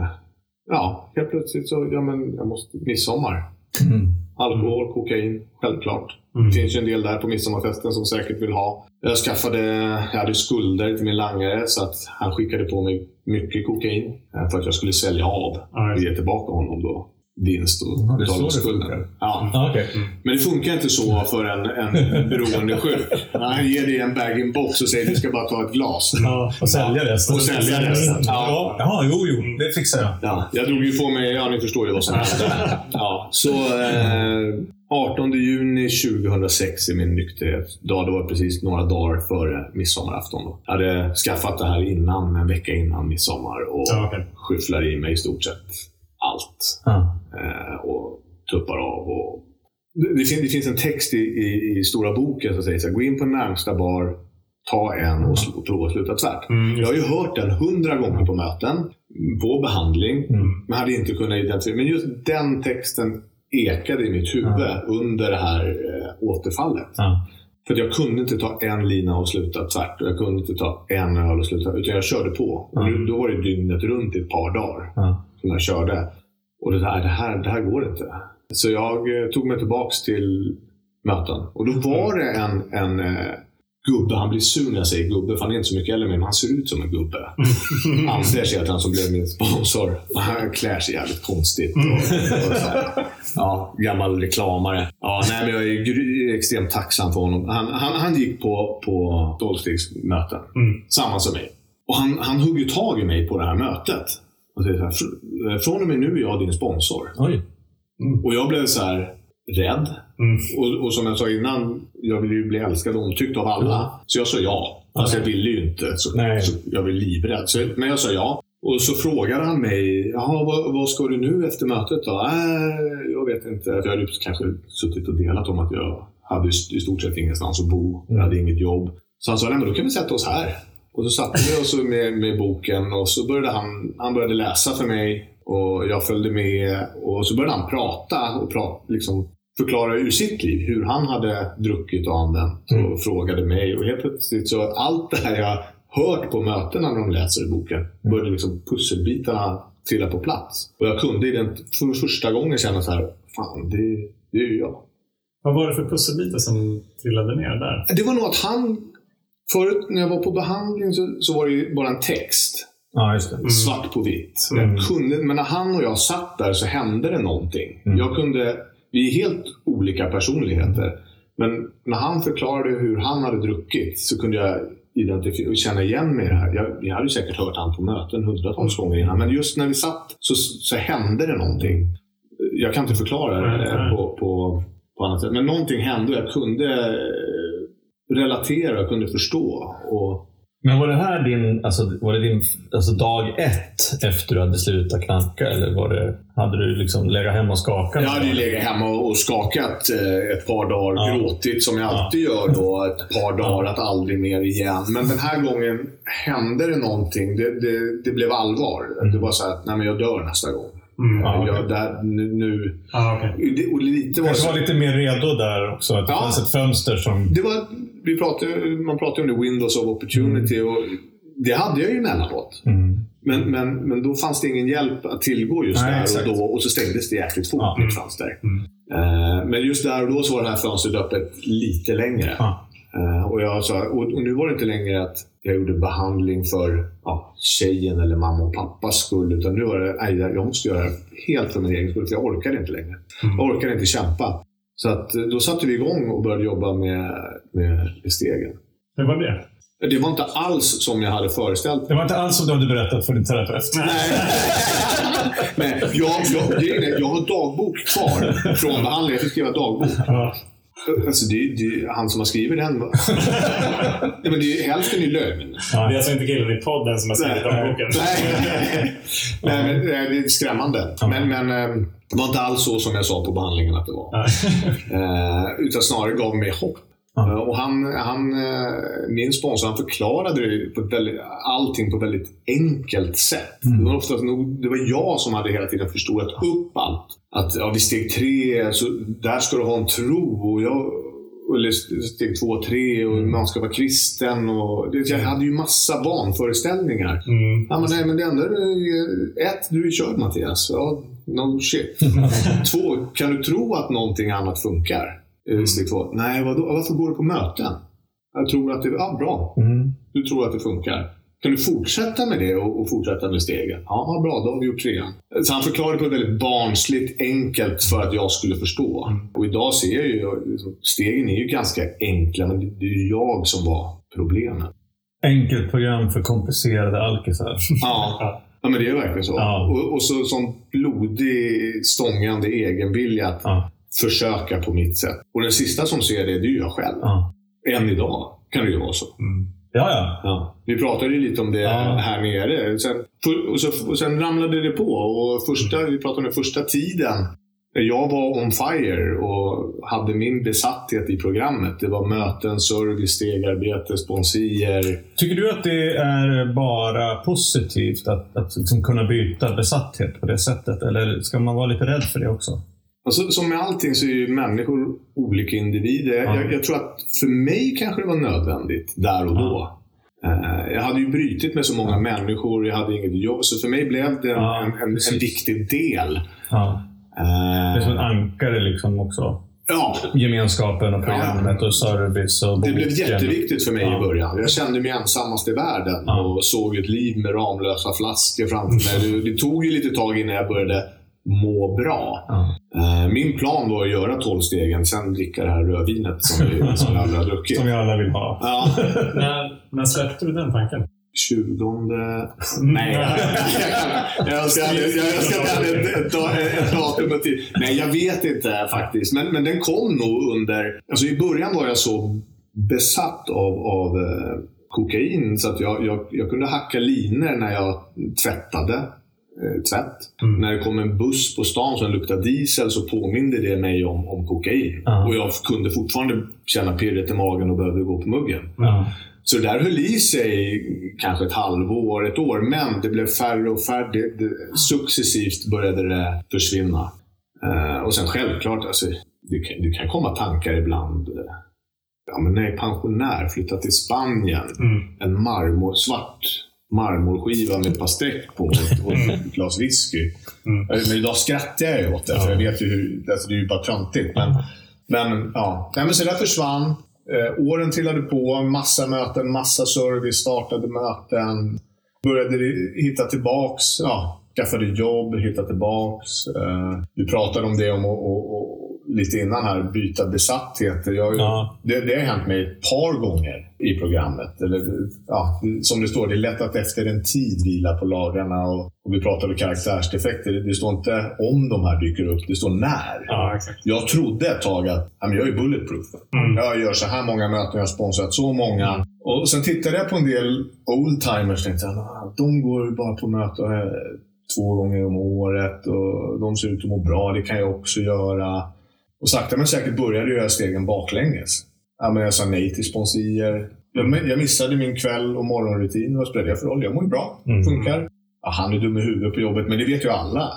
helt plötsligt så, jag måste midsommar. Alkohol, kokain, självklart. Det finns ju en del där på midsommarfesten som säkert vill ha. Jag hade skulder till min langare så att han skickade på mig mycket kokain för att jag skulle sälja av och ge tillbaka honom då. Vinst och betala skulden. Men det funkar inte så för en beroendesjuk. Han ger dig en bag-in-box och säger att du ska bara ta ett glas. Och sälja resten. Jo, det fixar jag. Jag drog ju på mig, ni förstår ju vad som hände. Så 18 juni 2006 är min nykterhetsdag. Det var precis några dagar före midsommarafton. Då. Jag hade skaffat det här en vecka innan midsommar och skyfflar i mig i stort sett allt. Och tuppar av. Och det finns en text i stora boken som säger så här, gå in på närmsta bar, ta en och prova att sluta tvärt. Jag har ju hört den 100 gånger på möten, på behandling, men hade inte kunnat identifiera. Men just den texten ekade i mitt huvud under det här återfallet. För att jag kunde inte ta en lina och sluta tvärt. Och jag kunde inte ta en öl och sluta, utan jag körde på. Och då var det dygnet runt i ett par dagar som jag körde. Och det här går inte. Så jag tog mig tillbaks till möten. Och då var det en gubbe. Han blir sur när jag säger gubbe, för han är inte så mycket äldre, men han ser ut som en gubbe. Anders heter han som blev min sponsor. Han klär sig jävligt konstigt. Och så här. Ja, gammal reklamare. Ja, nej, men jag är extremt tacksam för honom. Han gick på Dolstigsmöten. Samma som mig. Och han hugger tag i mig på det här mötet. Och säger så här, från och med nu är jag din sponsor. Oj. Och jag blev så här rädd. Och som jag sa innan, jag vill ju bli älskad och omtyckt av alla. Så jag sa ja. Alltså jag ville ju inte. Så jag blev livrädd. Men jag sa ja. Och så frågade han mig, vad ska du nu efter mötet då? Jag vet inte. Jag hade kanske suttit och delat om att jag hade i stort sett ingenstans att bo. Jag hade inget jobb. Så han sa, nej men då kan vi sätta oss här. Och så satte vi oss med boken och så började han började läsa för mig. Och jag följde med och så började han prata liksom förklara ur sitt liv hur han hade druckit och använt och frågade mig. Och helt plötsligt så allt det här jag hört på mötena när de läser i boken började liksom pusselbitarna trilla på plats. Och jag kunde för första gången känna så här, fan det är ju jag. Vad var det för pusselbitar som trillade ner där? Det var nog att förut när jag var på behandling så var det ju bara en text. Ja, just det. Svart på vitt. Men när han och jag satt där så hände det någonting. Vi är helt olika personligheter. Men när han förklarade hur han hade druckit så kunde jag identifiera och känna igen mig i det här. Jag hade ju säkert hört han på möten hundratals gånger innan. Men just när vi satt så hände det någonting. Jag kan inte förklara det på annat sätt. Men någonting hände och jag kunde relatera, jag kunde förstå. Men var det här din dag 1 efter du hade slutat knarka, eller hade du liksom legat hemma och skakat? Jag hade ju legat hemma och skakat ett par dagar, gråtit som jag alltid gör då, ett par dagar, att aldrig mer igen. Men den här gången hände det någonting, det blev allvar. Det var så att, nej men jag dör nästa gång. Nu. Okay. Och lite var lite mer redo där också, att det fanns ett fönster som... Man pratar om det, windows of opportunity, och det hade jag ju emellanåt. Men då fanns det ingen hjälp att tillgå just där och då, och så stängdes det jäkligt fort mitt fönster. Men just där och då så var det här fönstret öppet lite längre. Och nu var det inte längre att jag gjorde behandling för tjejen eller mamma och pappas skull, utan nu var det, jag måste göra det helt för min egen skull, för jag orkade inte längre. Jag orkade inte kämpa. Så att då satte vi igång och började jobba med stegen. Hur var det? Det var inte alls som jag hade föreställt. Det var inte alls som du hade berättat för din terapeut. Nej. Men jag har dagbok kvar från behandlingen. Jag fick skriva dagbok. Alltså det är han som har skrivit den. Men hälften är lögn. Det är alltså inte killen i podden som har skrivit dagboken. Nej, men det är skrämmande. Men det var inte alls så som jag sa på behandlingen att det var. Utan snarare gav mig hopp. Och han min sponsor, han förklarade det allting på ett väldigt enkelt sätt. Det var oftast det var jag som hade hela tiden förstorat upp allt. Att vid steg 3 så där ska du ha en tro, och eller steg 2 och 3 och man ska vara kristen, och jag hade ju massa vanföreställningar. Men det enda är 1, du är körd, Mattias. No shit. 2, kan du tro att någonting annat funkar? Steg 2. Nej, varför går du på möten? Jag tror att det är bra. Du tror att det funkar. Kan du fortsätta med det och fortsätta med stegen? Ja, bra, då har vi gjort 3. Så han förklarade på ett väldigt barnsligt enkelt för att jag skulle förstå. Och idag ser jag ju, stegen är ju ganska enkla, men det är ju jag som var problemet. Enkelt program för komplicerade alkisar. Ja, men det är verkligen så. Och så som blodig, stångande egenvilja att försöka på mitt sätt. Och den sista som ser det är ju jag själv. Än idag kan det ju vara så. Ja. Vi pratade ju lite om det här nere. Sen ramlade det på. Och vi pratade om den första tiden. Jag var on fire och hade min besatthet i programmet. Det var möten, service, stegarbete, sponsier. Tycker du att det är bara positivt att liksom kunna byta besatthet på det sättet? Eller ska man vara lite rädd för det också? Alltså, som med allting så är ju människor olika individer. Jag tror att för mig kanske det var nödvändigt där och då. Jag hade ju brytit med så många människor, jag hade inget jobb. Så för mig blev det en viktig del. Det är som en ankare liksom också. gemenskapen och programmet och service och boken. Det blev jätteviktigt för mig i början. Jag kände mig ensammast i världen och såg ett liv med ramlösa flaskor framför mig. Det tog ju lite tag innan jag började må bra. Min plan var att göra 12 stegen, sen dricka det här rödvinet som jag aldrig har druckit. Som jag alla vill ha. När släppte du den tanken? 20... Nej, jag ska ett datum till. Nej, jag vet inte faktiskt. Men den kom nog under... Alltså i början var jag så besatt av kokain så att jag kunde hacka linor när jag tvättade. När det kom en buss på stan som luktade diesel så påminde det mig om kokain. Och jag kunde fortfarande känna pirret i magen och behövde gå på muggen. Så det där höll i sig kanske ett halvår, ett år, men det blev färre och färre. Successivt började det försvinna. Och sen självklart, alltså, det kan komma tankar ibland. Men när jag är pensionär, flyttar till Spanien, en svart marmorskiva med ett par streck på och ett glas whisky. Men idag skrattar jag ju åt det, för jag vet ju hur, alltså det är ju bara töntigt. Men så där försvann. Åren trillade på, massa möten, massa service, startade möten, började hitta tillbaks, skaffade jobb, hitta tillbaks. Vi pratade om det och lite innan här, byta besattheter. Det har hänt mig ett par gånger i programmet. Eller, som det står, det är lätt att efter en tid vila på lagarna och vi pratade karaktärsdefekter. Det står inte om de här dyker upp, det står när. Exakt. Jag trodde ett tag att jag är bulletproof. Jag gör så här många möten, jag har sponsrat så många. Och sen tittade jag på en del oldtimers och tänkte de går bara på möten 2 gånger om året och de ser ut att må bra, det kan jag också göra. Och sakta men säkert började jag göra stegen baklänges. Jag sa nej till sponsorer. Jag missade min kväll- och morgonrutin. Vad spelade jag för roll? Jag mår ju bra. Funkar. Han är dum i huvudet på jobbet, men det vet ju alla.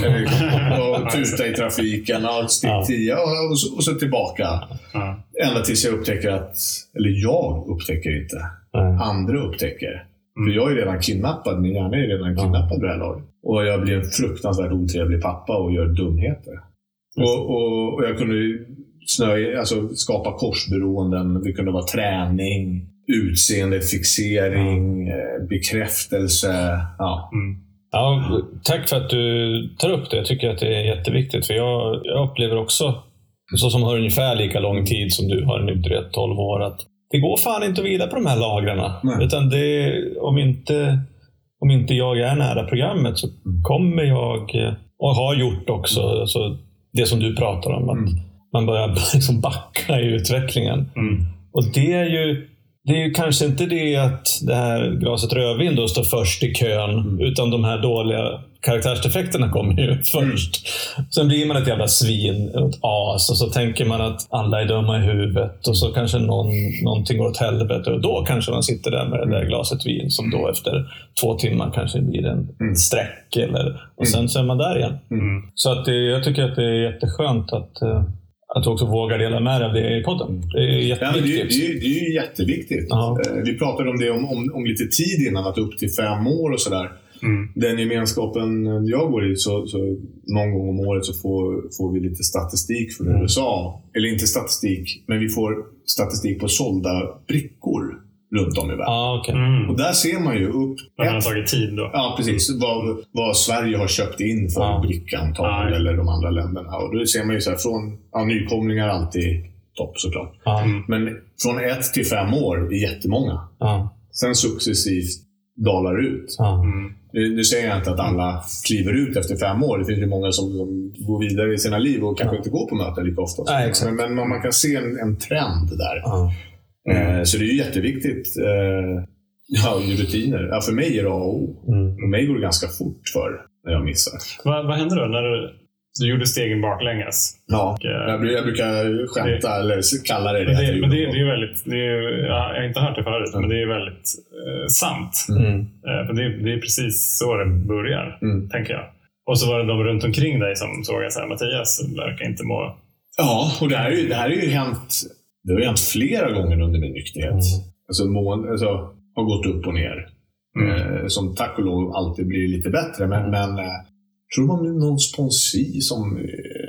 Och tuta i trafiken och stick 10 och så tillbaka. Ända tills jag upptäcker jag upptäcker inte. Andra upptäcker. För jag är redan kidnappad, min hjärna är redan kidnappad på det här laget. Och jag blir en fruktansvärt otrevlig pappa och gör dumheter. Och jag kunde skapa korsberoenden. Det kunde vara träning, utseende, fixering, bekräftelse. Tack för att du tar upp det. Jag tycker att det är jätteviktigt. För jag upplever också, så som har ungefär lika lång tid som du har nykterhet, 12 år, att det går fan inte att vila på de här lagrarna. Utan om inte jag är nära programmet så kommer jag, och har gjort också, alltså det som du pratar om, att man börjar liksom backa i utvecklingen. Och det är ju kanske inte det att det här glaset rödvin då står först i kön, utan de här dåliga karaktärsdefekterna kommer ju först. Sen blir man ett jävla svin, ett as, och så tänker man att alla är dumma i huvudet, och så kanske någonting går åt helvete, och då kanske man sitter där med det där glaset vin som då efter 2 timmar kanske blir en sträck, och sen så är man där igen. Så att jag tycker att det är jätteskönt att du också vågar dela med dig av det i podden. Det är jätteviktigt. Det är ju jätteviktigt. Vi pratade om det om lite tid innan, att upp till 5 år och sådär. Den gemenskapen jag går i, så någon gång om året så får vi lite statistik från USA. Eller inte statistik, men vi får statistik på sålda brickor runt om i världen. Och där ser man ju upp... Man har tagit tid då. Ja, precis. Vad Sverige har köpt in för brickantal eller de andra länderna. Och då ser man ju så här, från nykomlingar alltid topp såklart. Men från 1 till 5 år är jättemånga. Sen successivt dalar ut. Nu säger jag inte att alla kliver ut efter 5 år. Det finns ju många som går vidare i sina liv och kanske inte går på möten lika ofta. Men man kan se en trend där. Så det är ju jätteviktigt. Rutiner. För mig är det A och O. Och mig går det ganska fort när jag missar. Vad hände då när du gjorde stegen baklänges? Jag brukar skämta eller kalla det. Men det är väldigt... jag har inte hört det förut, men det är väldigt sant. För det är precis så det börjar, tänker jag. Och så var det de runt omkring dig som såg att Mattias verkar inte må... Ja, och det här är ju hänt... Det har hänt flera gånger under min nykterhet. Alltså har gått upp och ner. Som tack och lov alltid blir lite bättre. Men tror man någon sponsi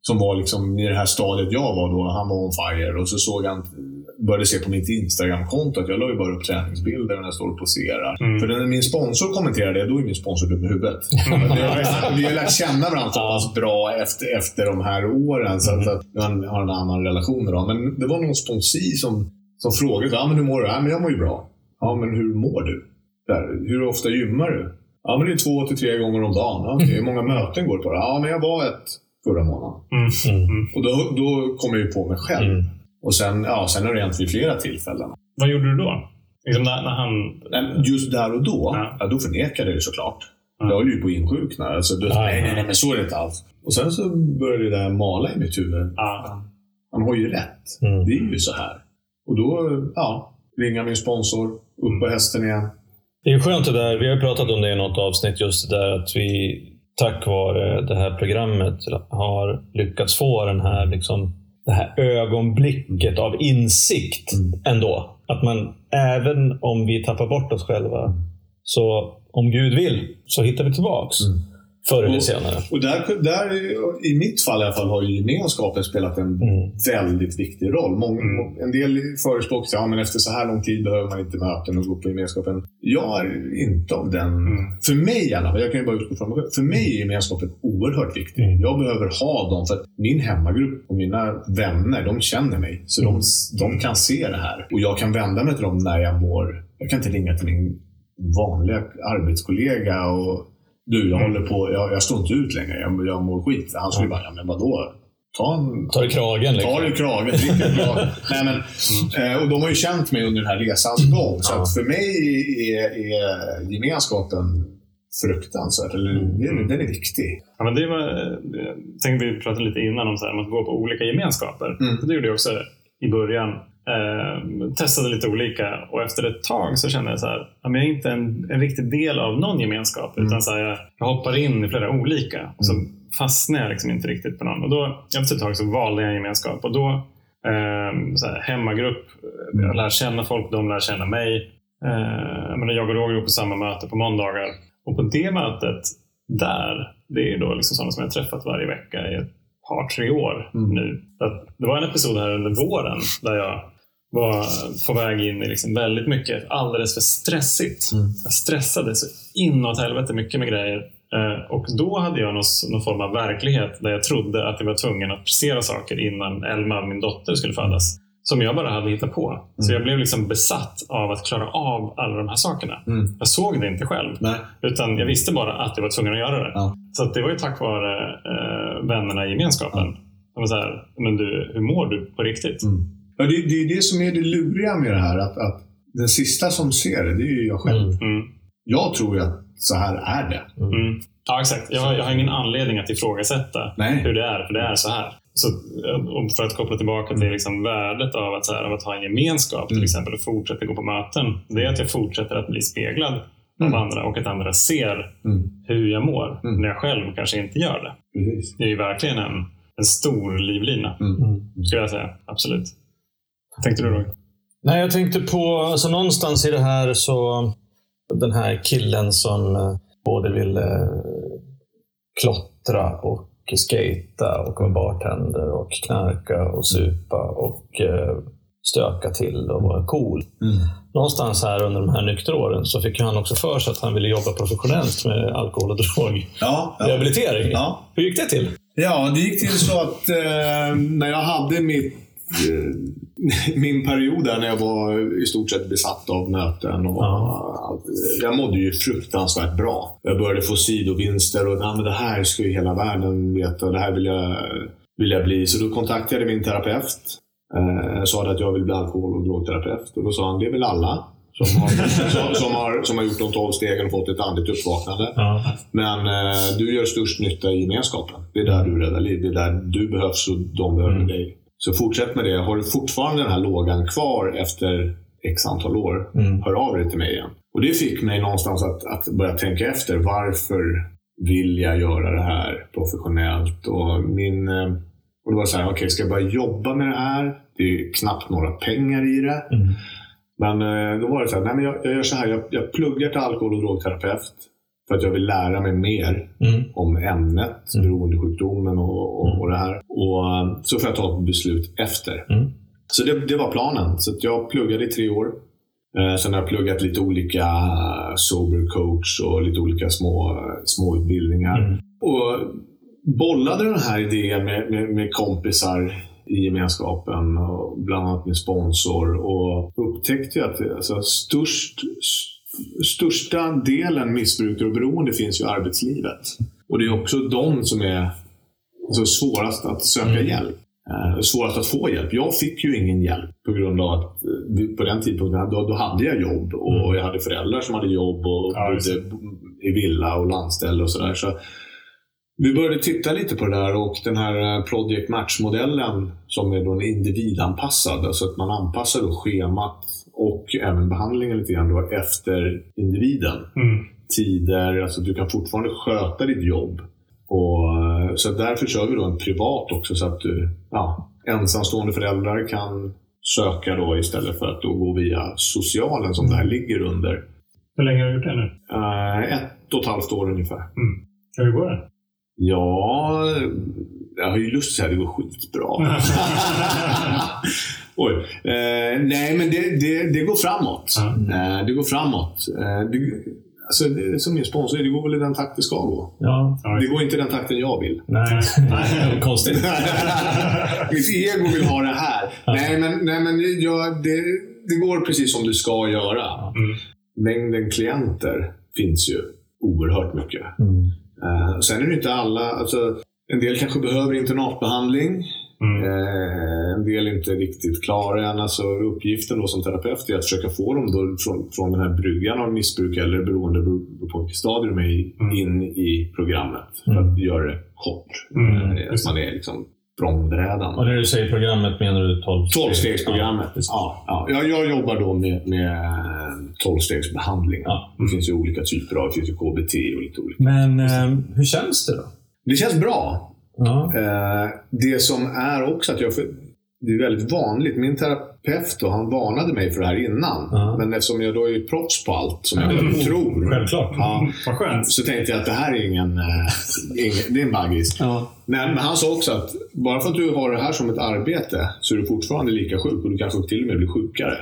som var liksom i det här stadiet jag var då. Han var on fire och så såg han, började se på mitt Instagram-konto att jag la ju bara upp träningsbilder när jag står och poserar. För när min sponsor kommenterade det, då är min sponsor dum i huvudet. Vi har lärt känna varandra så pass bra efter de här åren så att jag har en annan relation med dem. Men det var någon sponsor som frågade, men hur mår du? Men jag mår ju bra. Ja, men hur mår du? Hur ofta gymmar du? Ja, men det är 2 till 3 gånger om dagen. Okay, hur många möten går det på? Ja, men jag var förra månaden. Och då kom jag ju på mig själv. Och sen har det hänt vid flera tillfällen. Vad gjorde du då? Liksom när han... Just där och då, då förnekade jag det såklart. Jag höll ju på att insjukna. Alltså, nej, men så är det inte alls. Och sen så började det där mala i mitt huvud. Han har ju rätt. Det är ju så här. Och då, ringa min sponsor, upp på hästen igen. Det är skönt det där. Vi har pratat om det i något avsnitt, just det där att vi tack vare det här programmet har lyckats få det här ögonblicket av insikt ändå. Att man, även om vi tappar bort oss själva, så om Gud vill så hittar vi tillbaks förr eller senare. Och där, i mitt fall i alla fall, har ju gemenskapen spelat en väldigt viktig roll. En del förespråkar men efter så här lång tid behöver man inte möten och gå på gemenskapen. Jag är inte av den. För mig i alla fall, jag kan ju bara utgå från mig. För mig är gemenskapen oerhört viktig. Jag behöver ha dem för att min hemmagrupp och mina vänner, de känner mig. Så de kan se det här. Och jag kan vända mig till dem när jag mår. Jag kan inte ringa till min vanliga arbetskollega och jag håller på, jag står inte ut längre, jag mår skit. Han skulle bara, men vadå? Ta det kragen. Ta det kragen, Nej, men, och de har ju känt mig under den här resans gång. Så att för mig är gemenskapen fruktansvärt. Den är viktig. Ja, men jag tänkte vi pratade lite innan om att gå på olika gemenskaper. Det gjorde jag också i början. Testade lite olika och efter ett tag så kände jag så här, jag är inte en riktig del av någon gemenskap utan så här, jag hoppar in i flera olika och så fastnar jag liksom inte riktigt på någon och då efter ett tag så valde jag en gemenskap och då så här, hemmagrupp, jag lär känna folk, de lär känna mig. Jag och Roger går på samma möte på måndagar och på det mötet där, det är då liksom sådana som jag träffat varje vecka i ett par 3 år nu. Det var en episod här under våren där jag var på väg in i liksom väldigt mycket, alldeles för stressigt. Jag stressade så inåt helvete mycket med grejer. Och då hade jag någon form av verklighet där jag trodde att jag var tvungen att prestera saker innan Elma, min dotter, skulle födas. Som jag bara hade hittat på. Så jag blev liksom besatt av att klara av alla de här sakerna. Jag såg det inte själv. Nej. Utan jag visste bara att jag var tvungen att göra det. Ja. Så att det var ju tack vare vännerna i gemenskapen. De var så här, men du, hur mår du på riktigt? Ja, det är det som är det luriga med det här. Att den sista som ser det är ju jag själv. Jag tror att så här är det. Ja, exakt. Jag har ingen anledning att ifrågasätta hur det är. För det är så här. Så, för att koppla tillbaka till liksom värdet av att ha en gemenskap till exempel och fortsätta gå på möten, det är att jag fortsätter att bli speglad av andra och att andra ser hur jag mår när jag själv kanske inte gör det. Det är ju verkligen en stor livlina skulle jag säga, absolut. Tänkte du då? Nej, jag tänkte på alltså, någonstans i det här så den här killen som både ville klottra och skata och vara bartender och knarka och supa och stöka till och vara cool. Någonstans här under de här nykteråren så fick han också för sig att han ville jobba professionellt med alkohol och drog rehabilitering. Ja. Hur gick det till? Ja, det gick till så att när jag hade min period där när jag var i stort sett besatt av möten och jag mådde ju fruktansvärt bra. Jag började få sidovinster och men det här ska ju hela världen veta och det här vill jag bli. Så då kontaktade jag min terapeut. Jag sa att jag vill bli alkohol- och drogterapeut och då sa han, det är väl alla som har gjort de 12 stegen och fått ett andligt uppvaknande. Men du gör störst nytta i gemenskapen. Det är där du räddar liv. Det är där du behövs och de behöver dig. Så fortsätt med det. Har du fortfarande den här lågan kvar efter x antal år, hör av dig till mig igen. Och det fick mig någonstans att börja tänka efter. Varför vill jag göra det här professionellt? Och det var så här, okej, ska jag bara jobba med det här? Det är knappt några pengar i det. Men då var det så här, nej men jag gör så här. Jag pluggar till alkohol- och drogterapeut. För att jag vill lära mig mer om ämnet, beroendesjukdomen och det här. Och så får jag ta ett beslut efter. Så det var planen. Så att jag pluggade i 3 år. Sen har jag pluggat lite olika sober coach och lite olika små utbildningar. Och bollade den här idén med kompisar i gemenskapen och bland annat min sponsor, och upptäckte att alltså, största delen missbrukare och beroende finns ju i arbetslivet. Och det är också de som är så svårast att söka hjälp. Svårast att få hjälp. Jag fick ju ingen hjälp på grund av att på den tidpunkten då hade jag jobb och jag hade föräldrar som hade jobb och bodde i villa och landställe och sådär. Så vi började titta lite på det där, och den här Project Match-modellen som är då en individanpassad, alltså att man anpassar då schemat och även behandlingen lite grann då efter individen. Tider, alltså du kan fortfarande sköta ditt jobb. Och så därför kör vi då en privat också, så att ensamstående föräldrar kan söka då istället för att då gå via socialen som det här ligger under. Hur länge har du gjort det nu? 1,5 år ungefär. Hur går det? Ja, jag har ju lust att säga att det går skitbra. Oj. Nej, men det går framåt. Det går framåt. Alltså, som min sponsor, det går väl i den takt det ska gå. Ja. Det går inte i den takten jag vill. Nej, konstigt. Mitt ego vill ha det här. Nej, men det går precis som du ska göra. Mängden klienter finns ju oerhört mycket. Sen är det inte alla, alltså, en del kanske behöver internatbehandling. En del är inte riktigt klara än. Alltså, uppgiften då som terapeut är att försöka få dem då från den här bryggan av missbruk eller beroende på vilket stadium är in i programmet. För att göra det kort. Att man är liksom frånbrädan. Och när du säger programmet menar du 12-stegsprogrammet? Ja. Jag jobbar då med 12-stegsbehandling. Det finns ju olika typer av, det finns ju KBT och lite olika. Men hur känns det då? Det känns bra. Det som är också att det är väldigt vanligt. Min terapeut då, han varnade mig för det här innan. Men eftersom jag då är proffs på allt som jag tror. Självklart. Vad skönt. Så tänkte jag att det här är ingen det är en baggis. Men han sa också att bara för att du har det här som ett arbete så är du fortfarande lika sjuk, och du kanske till och med blir sjukare.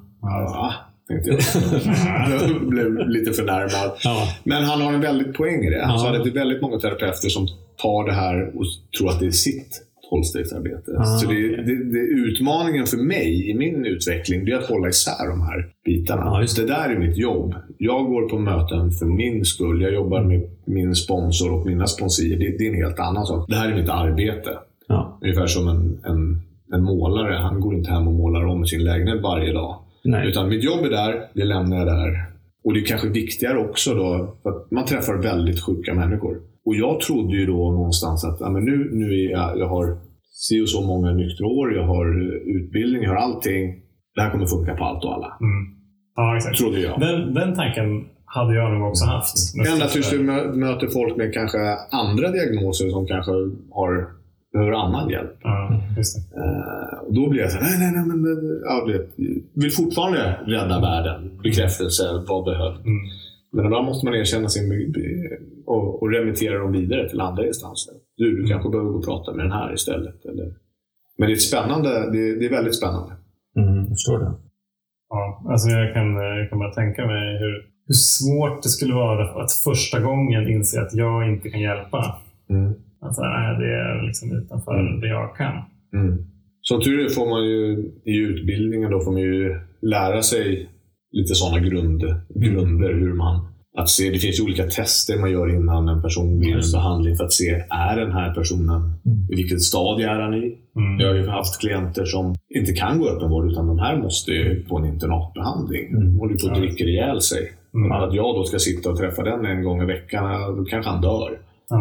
Tänkte jag. Blev lite förnärmad. Men han har en väldigt poäng i det. Han sa att det är väldigt många terapeuter som tar det här och tror att det är sitt 12-stegsarbete. Så det utmaningen för mig i min utveckling, det är att hålla isär de här bitarna. Det där är mitt jobb. Jag går på möten för min skull. Jag jobbar med min sponsor och mina sponsorer. Det är en helt annan sak. Det här är mitt arbete. Ungefär som en målare. Han går inte hem och målar om sin lägenhet varje dag. Nej. Utan mitt jobb är där, det lämnar jag där. Och det är kanske viktigare också då, för att man träffar väldigt sjuka människor. Och jag trodde ju då någonstans att nu är jag har si och så många nyktra år, jag har utbildning, jag har allting. Det här kommer funka på allt och alla. Ja, exakt. Trodde jag. Den tanken hade jag nog också haft. Ända tills du möter folk med kanske andra diagnoser som kanske behöver annan hjälp. Just det. Och då blir jag så här, nej, men jag vill fortfarande rädda världen. Bekräftelse, vad behövs. Men då måste man erkänna sin och remittera dem vidare till andra instanser. Du kanske behöver gå och prata med den här istället. Eller... Men det är spännande, det är väldigt spännande. Jag förstår det. Ja, alltså jag kan bara tänka mig hur svårt det skulle vara att första gången inse att jag inte kan hjälpa. Alltså, nej, det är liksom utanför det jag kan. Som tur är får man ju i utbildningen då får man ju lära sig lite sådana grunder hur man att se. Det finns ju olika tester man gör innan en person blir en behandling för att se, är den här personen i vilket stadie är han i? Jag har ju haft klienter som inte kan gå öppenvård, utan de här måste ju på en internatbehandling. Håller på att dricka ihjäl sig. Att jag då ska sitta och träffa den en gång i veckan, då kanske han dör.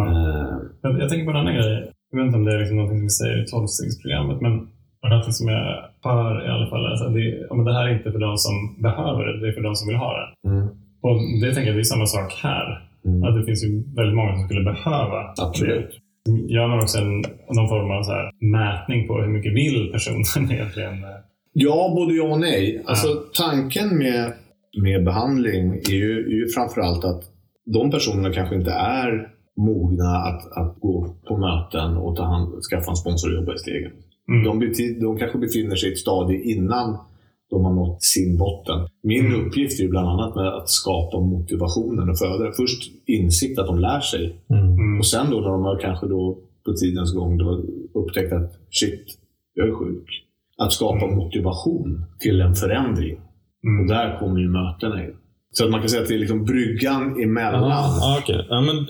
Jag tänker på en annan grej. Jag vet inte om det är liksom någonting som vi säger i 12-stegsprogrammet, men någonting som jag hör i alla fall är att det här är inte för de som behöver det, det är för de som vill ha det. Och det tänker jag, det är samma sak här. Att det finns ju väldigt många som skulle behöva. Absolut. Gör man också någon form av så här mätning på hur mycket vill personen egentligen? Ja, både ja och nej. Alltså tanken med behandling är ju framförallt att de personerna kanske inte är mogna att gå på möten och skaffa en sponsor och jobba i stegen. De kanske befinner sig i ett stadie innan de har nått sin botten. Min uppgift är ju bland annat med att skapa motivationen och föda. Först insikt att de lär sig. Och sen då när de har kanske då på tidens gång då upptäckt att shit, jag är sjuk. Att skapa motivation till en förändring. Och där kommer ju mötena in. Så att man kan säga att det är liksom bryggan emellan. Okay.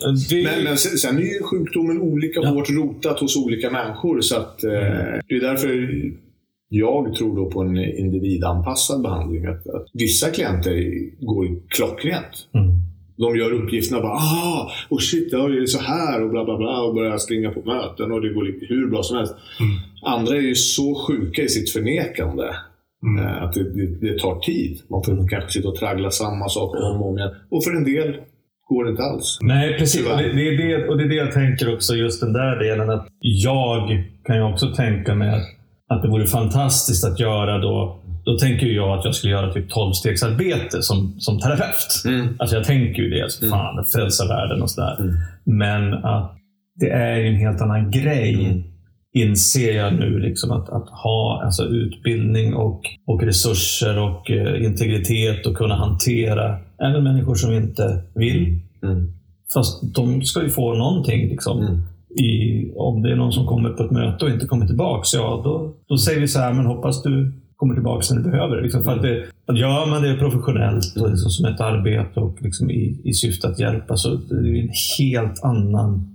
Men sen är ju sjukdomen olika hårt rotat hos olika människor. Så att det är därför jag tror då på en individanpassad behandling. Att vissa klienter går klockrent. De gör uppgifterna bara, och shit, det är så här och bla bla bla och börjar springa på möten och det går hur bra som helst. Andra är ju så sjuka i sitt förnekande att det tar tid. Man får kanske sitta och traggla samma saker om och om igen. Och för en del går det inte alls. Nej, precis. Och det är det jag tänker också, just den där delen. Att jag kan ju också tänka mig att det vore fantastiskt att göra då tänker jag att jag skulle göra typ 12-stegsarbete som terapeut. Alltså jag tänker ju det, alltså, fan, frälsa världen och sådär. Men att det är en helt annan grej, inser jag nu, liksom att ha alltså utbildning och resurser och integritet och kunna hantera även människor som inte vill. Fast de ska ju få någonting liksom. Om det är någon som kommer på ett möte och inte kommer tillbaks, då säger vi så här, men hoppas du kommer tillbaka när du behöver det. Liksom, för att gör man det professionellt och liksom som ett arbete och liksom i syfte att hjälpa, så det är en helt annan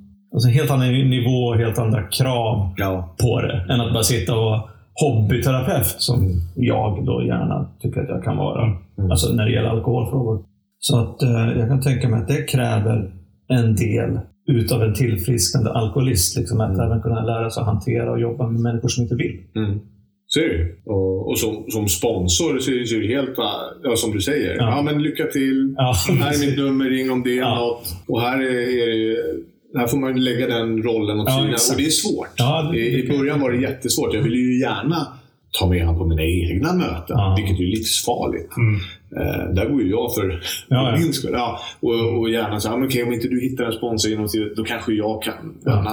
nivå, helt andra krav på det än att bara sitta och vara hobbyterapeut som jag då gärna tycker att jag kan vara. Alltså när det gäller alkoholfrågor. Så att jag kan tänka mig att det kräver en del utav en tillfrisknande alkoholist, liksom, att även kunna lära sig att hantera och jobba med människor som inte vill. Så är det. Och som sponsor så är det helt, som du säger. Ja, men lycka till. Här är mitt nummer, ring om det är något. Och här får man lägga den rollen åt sidan. Och det är svårt. I början var det jättesvårt. Jag ville ju gärna ta med han på mina egna möten, vilket är livsfarligt. Där går ju jag för min skull. Och gärna så här, okej, om inte du hittar en sponsor inom tiden, då kanske jag kan.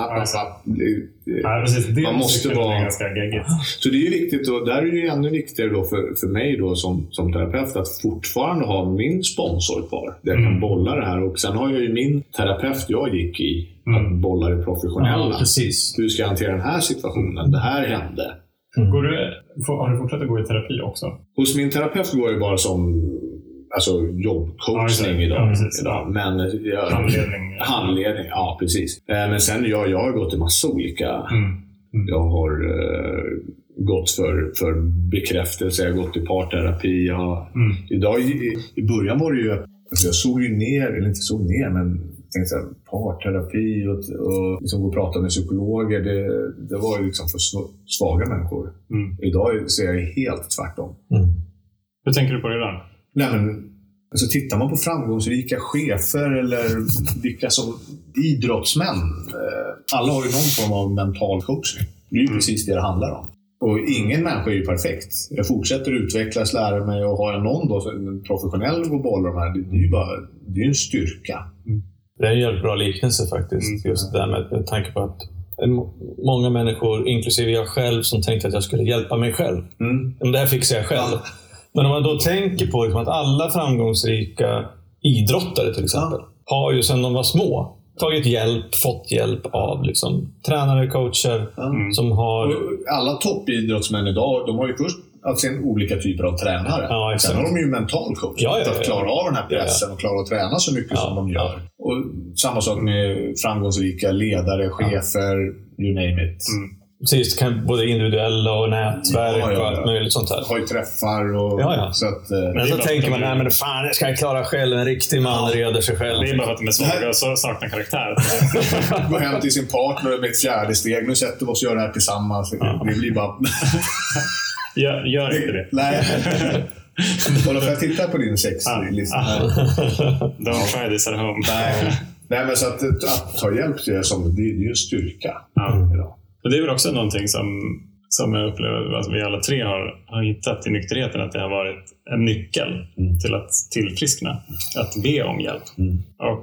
Man måste vara ganska geggigt. Så det är ju viktigt, och där är det ju ännu viktigare då för mig då som terapeut att fortfarande ha min sponsor kvar. Där jag kan bolla det här, och sen har jag ju min terapeut jag gick i att bolla det professionella. Hur ska jag hantera den här situationen? Det här hände. Har du fortsatt att gå i terapi också? Hos min terapeut går jag bara som jobbcoachning idag. Men handledning, ja precis. Men sen jag har gått i massa olika. Jag har gått för bekräftelse, jag har gått i parterapi. Idag, i början var det ju att jag såg ju ner, eller inte såg ner, men tänkte så här, parterapi och liksom gå och prata med psykologer, det var ju liksom för svaga människor. Idag ser jag helt tvärtom. Hur tänker du på det då? Nej, men alltså, tittar man på framgångsrika chefer eller vilka som idrottsmän, alla har ju någon form av mental coaching. Det är ju precis det handlar om. Och ingen människa är ju perfekt. Jag fortsätter utvecklas, lära mig, och har jag någon då en professionell och bollar de här, det är ju bara, det är en styrka. Det är en jävligt bra liknelse faktiskt. Just det där med tanke på att många människor, inklusive jag själv, som tänkte att jag skulle hjälpa mig själv. Men det här fixar jag själv. Men om man då tänker på liksom att alla framgångsrika idrottare till exempel har ju sedan de var små fått hjälp av liksom tränare, coacher som har... Och alla toppidrottsmän idag, de har ju först alltså olika typer av tränare. Sen har de ju mental coach för att klara av den här pressen och klara att träna så mycket som de gör. Och samma sak med framgångsrika ledare, chefer, you name it. Precis, det kan både individuella och nätverk och allt möjligt sånt här. Har ju träffar och... Så att, men så tänker man, nej men fan, det ska jag klara själv. En riktig man reder sig själv. Det är bara för att de är svaga och så saknar karaktär. Gå hem till sin partner med ett fjärde steg. Nu sätter vi oss och gör det här tillsammans. Det blir bara... Gör inte det. Nej. Och då får jag titta på din sexlista. Don't try this at home. Nej, men så att ta hjälp till det är ju en styrka. Och det är väl också någonting som som jag upplever att vi alla tre har hittat i nykterheten, att det har varit en nyckel till att tillfriskna, att be om hjälp. Och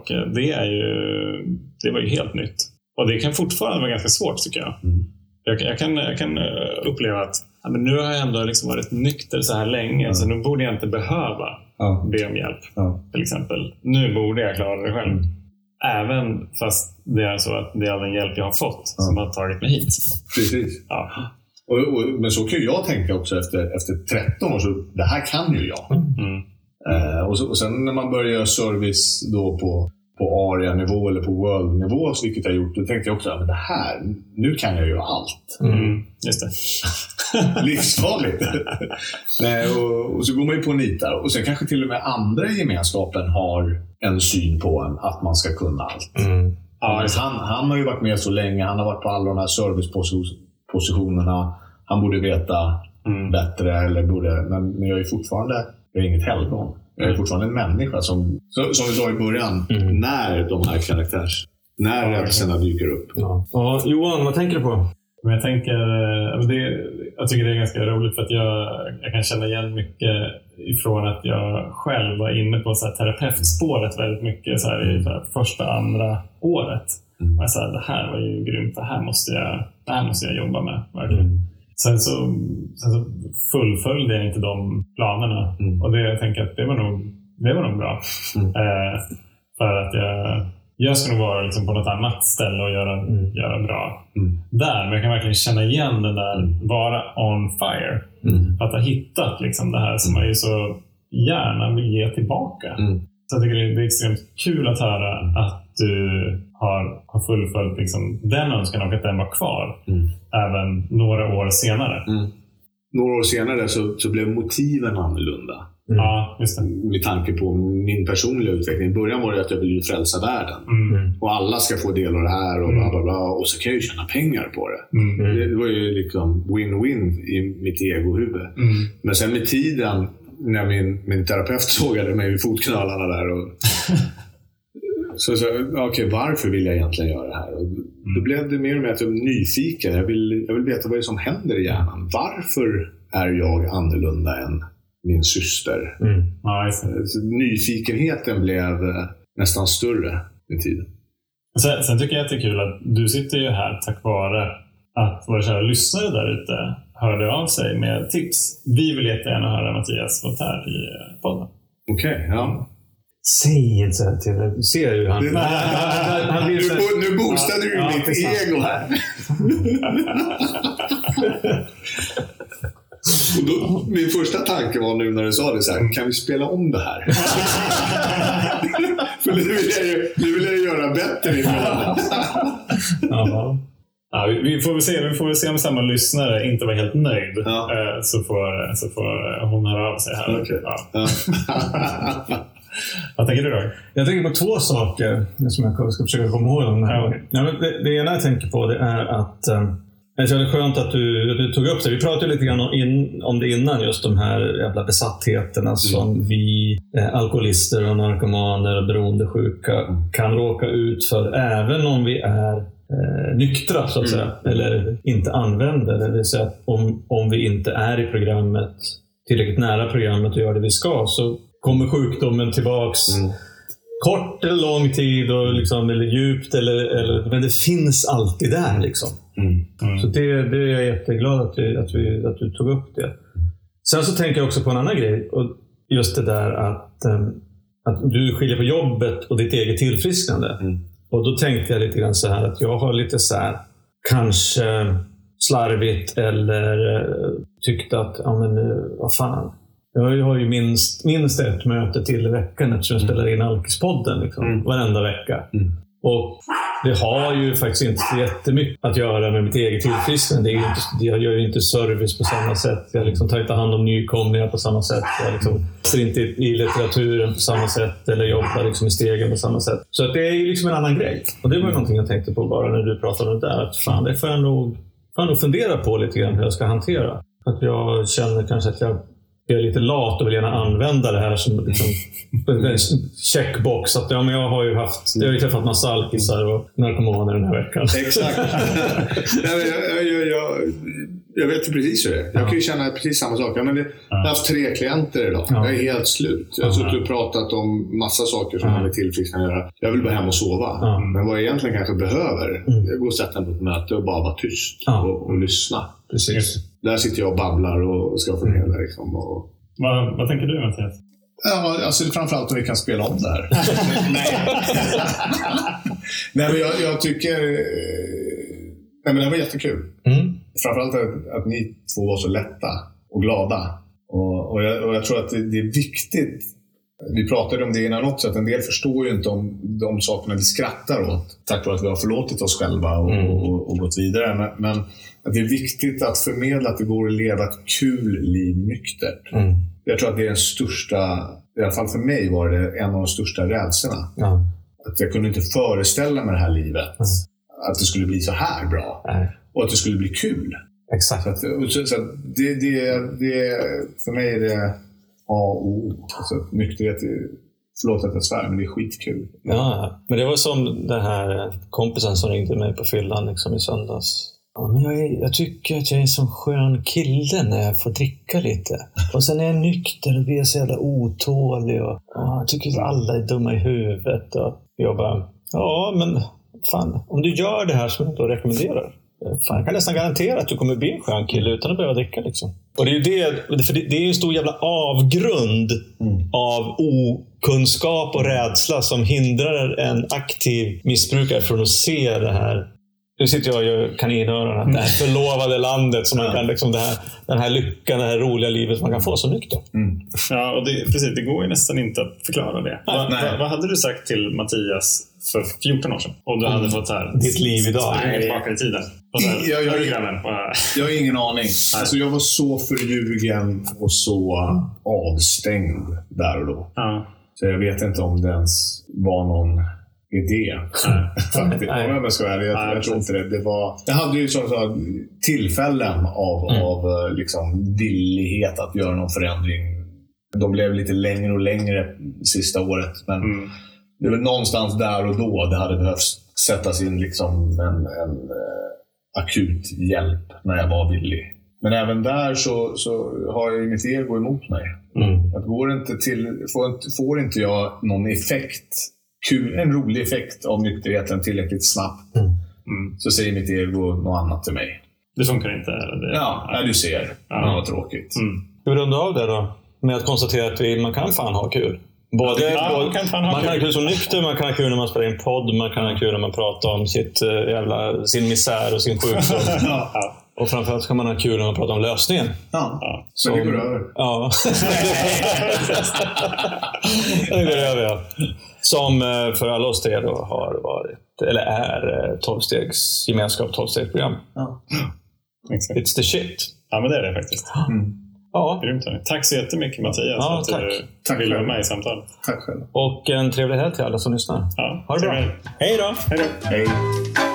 det var ju helt nytt. Och det kan fortfarande vara ganska svårt, tycker jag. Jag kan uppleva att men nu har jag ändå liksom varit nykter så här länge, så nu borde jag inte behöva be om hjälp. Till exempel, nu borde jag klara det själv. Även fast det är så att det är den hjälp jag har fått som har tagit mig hit. Precis. Ja. Men så kan jag tänka också efter 13 år, så det här kan ju jag. Och sen när man börjar göra service då på ARIA-nivå eller på World-nivå, vilket jag har gjort, då tänkte jag också, men det här, nu kan jag ju allt. Just det. Livsfarligt. Nej, och så går man ju på nitar. Och sen kanske till och med andra i gemenskapen har en syn på en, att man ska kunna allt. Ja, han har ju varit med så länge, han har varit på alla de här servicepositionerna. Han borde veta bättre, men jag är fortfarande, jag är inget helgon. Jag är fortfarande en människa som vi sa i början, när de här när rädslorna dyker upp. Ja, Johan, vad tänker du på? Men jag tycker det är ganska roligt, för att jag kan känna igen mycket ifrån att jag själv var inne på så här terapeutspåret väldigt mycket så här i första, andra året. Och så här, det här var ju grymt, det här måste jag jobba med, verkligen. Sen så fullföljde jag inte de planerna. Och det, jag tänker att det var nog bra. För att jag ska nog vara liksom på något annat ställe och göra bra där. Men jag kan verkligen känna igen den där, vara on fire. Att ha hittat liksom det här som man ju så gärna vill ge tillbaka. Så jag tycker det är extremt kul att höra att du har fullföljt liksom den önskan, och att den var kvar även några år senare. Några år senare så blev motiven annorlunda. Ja, just det. Med tanke på min personliga utveckling. I början var det att jag ville frälsa världen. Och alla ska få del av det här och bla bla bla. Och så kan jag ju tjäna pengar på det. Det var ju liksom win-win i mitt egohuvud. Men sen med tiden, när min terapeut sågade mig vid fotknölarna där och så okej, varför vill jag egentligen göra det här? Och då blev det mer och mer att jag är nyfiken. Jag vill veta vad det är som händer i hjärnan. Varför är jag annorlunda än min syster? Så nyfikenheten blev nästan större med tiden. Sen tycker jag att det är kul att du sitter ju här tack vare att våra kära lyssnare där ute hörde av sig med tips. Vi vill jättegärna höra Mattias Voltaire i podden. Okej, ja. Säg inte så här till dig. Du ser ju han. Nu boostade du mitt ego här. Och då, min första tanke var nu när du sa det så här, kan vi spela om det här? För nu vill jag göra bättre. Ja, vi får väl se om samma lyssnare inte var helt nöjd. Så får hon höra av sig här. Okay. Vad tänker du då? Jag tänker på två saker som jag ska försöka komma ihåg den här gången. Det ena jag tänker på, det är att jag tycker det är skönt att du tog upp det. Vi pratade lite grann om det innan, just de här jävla besattheterna som vi alkoholister och narkomaner och beroendesjuka kan råka ut för, även om vi är nyktra så att säga, eller inte använder. Det vill säga att om vi inte är i programmet, tillräckligt nära programmet och gör det vi ska, så kommer sjukdomen tillbaks kort eller lång tid och liksom, eller djupt eller men det finns alltid där liksom. Så det är jag jätteglad att du tog upp det. Sen så tänker jag också på en annan grej, och just det där att du skiljer på jobbet och ditt eget tillfrisknande. Och då tänkte jag lite grann så här att jag har lite så här kanske slarvigt eller tyckt att vad fan. Jag har ju minst ett möte till i veckan eftersom jag spelar in Alkispodden liksom, varenda vecka. Och det har ju faktiskt inte så jättemycket att göra med mitt eget tillfrisknande. Jag gör ju inte service på samma sätt. Jag liksom tar inte hand om nykomlingar på samma sätt. Jag liksom ser inte i litteraturen på samma sätt. Eller jobbar liksom i stegen på samma sätt. Så att det är ju liksom en annan grej. Och det var ju någonting jag tänkte på bara när du pratade om det där. Att fan, det får jag nog fundera på lite grann hur jag ska hantera. Att jag känner kanske att jag jag är lite lat och vill gärna använda det här som liksom, en checkbox. Att, men jag har ju träffat massa alkisar och narkomaner den här veckan. Exakt. Jag vet precis hur det är. Jag kan ju känna precis samma sak. Jag har haft 3 klienter idag. Jag är helt slut. Jag har suttit och pratat om massa saker som man vill tillfriskna göra. Jag vill bara hem och sova. Men vad jag egentligen kanske behöver, jag går och sätter mig på ett möte och bara vara tyst och lyssna. Precis. Där sitter jag och babblar och ska förmedla. Liksom, Vad tänker du, Mattias? Ja, alltså framförallt om vi kan spela om det här. Nej, men jag tycker... Nej, men det var jättekul. Framförallt att ni två var så lätta och glada. Och jag tror att det är viktigt. Vi pratade om det innan också, att en del förstår ju inte om de sakerna vi skrattar åt. Tack vare att vi har förlåtit oss själva och gått vidare. Men att det är viktigt att förmedla att det går att leva ett kul liv nyktert. Jag tror att det är den största, i alla fall för mig var det en av de största rädslorna. Att jag kunde inte föreställa mig det här livet. Att det skulle bli så här bra. Och att det skulle bli kul. Exakt. Så det för mig är det A och O. Alltså, nykterhet är, förlåt att jag svär, men det är skitkul. Ja, men det var som den här kompisen som ringde mig på fyllan liksom i söndags. Ja, men jag tycker att jag är en sån skön kille när jag får dricka lite. Och sen är jag nykter och blir så jävla otålig. Och jag tycker att alla är dumma i huvudet. Och jag bara, men fan, om du gör det här som jag då rekommenderar. Fan, jag kan nästan garantera att du kommer bli en skön kille utan att behöva dricka liksom. Och det är ju det är en stor jävla avgrund av okunskap och rädsla som hindrar en aktiv missbrukare från att se det här. Nu sitter jag och gör kaninöronen. Det här förlovade landet som man kan liksom, den här lyckan, det här roliga livet som man kan få så nykter. Ja, och det går ju nästan inte att förklara det. Vad hade du sagt till Mattias för 14 år sedan? Om du hade fått här ditt liv idag. Nej, tillbaka i tiden. Jag har ingen aning. Alltså, jag var så förljugen och så avstängd där och då. Så jag vet inte om det ens var någon idé. Faktiskt. Jag ska vara ärlig, jag tror inte det. Jag hade ju sådana tillfällen av liksom villighet att göra någon förändring. De blev lite längre och längre sista året. Men det var någonstans där och då det hade behövt sättas in liksom en akut hjälp när jag var villig. Men även där så har jag ju mitt ego emot mig. Att får inte jag någon effekt, en rolig effekt av nykterheten tillräckligt snabbt, så säger mitt ego något annat till mig. Det funkar inte? Eller? Ja, du ser. Ja. Det var tråkigt. Ska vi runda av det då? Med att konstatera att man kan fan ha kul. Man kan ha kul som nykter, man kan ha kul när man spelar in podd, man kan ha kul när man pratar om sin misär och sin sjukdom. Och framförallt kan man ha kul när man pratar om lösningen. Så det går över. Ja. Det går över, ja. Som för alla oss det då har varit, eller är 12-stegs gemenskap, 12-stegsprogram. It's the shit. Ja, men det är det faktiskt. Ja. Grymt. Tack så jättemycket, Mattias, att du ville vara med i samtal. Tack själv. Och en trevlig helg till alla som lyssnar. Ja, ha det bra. Hej då. Hej.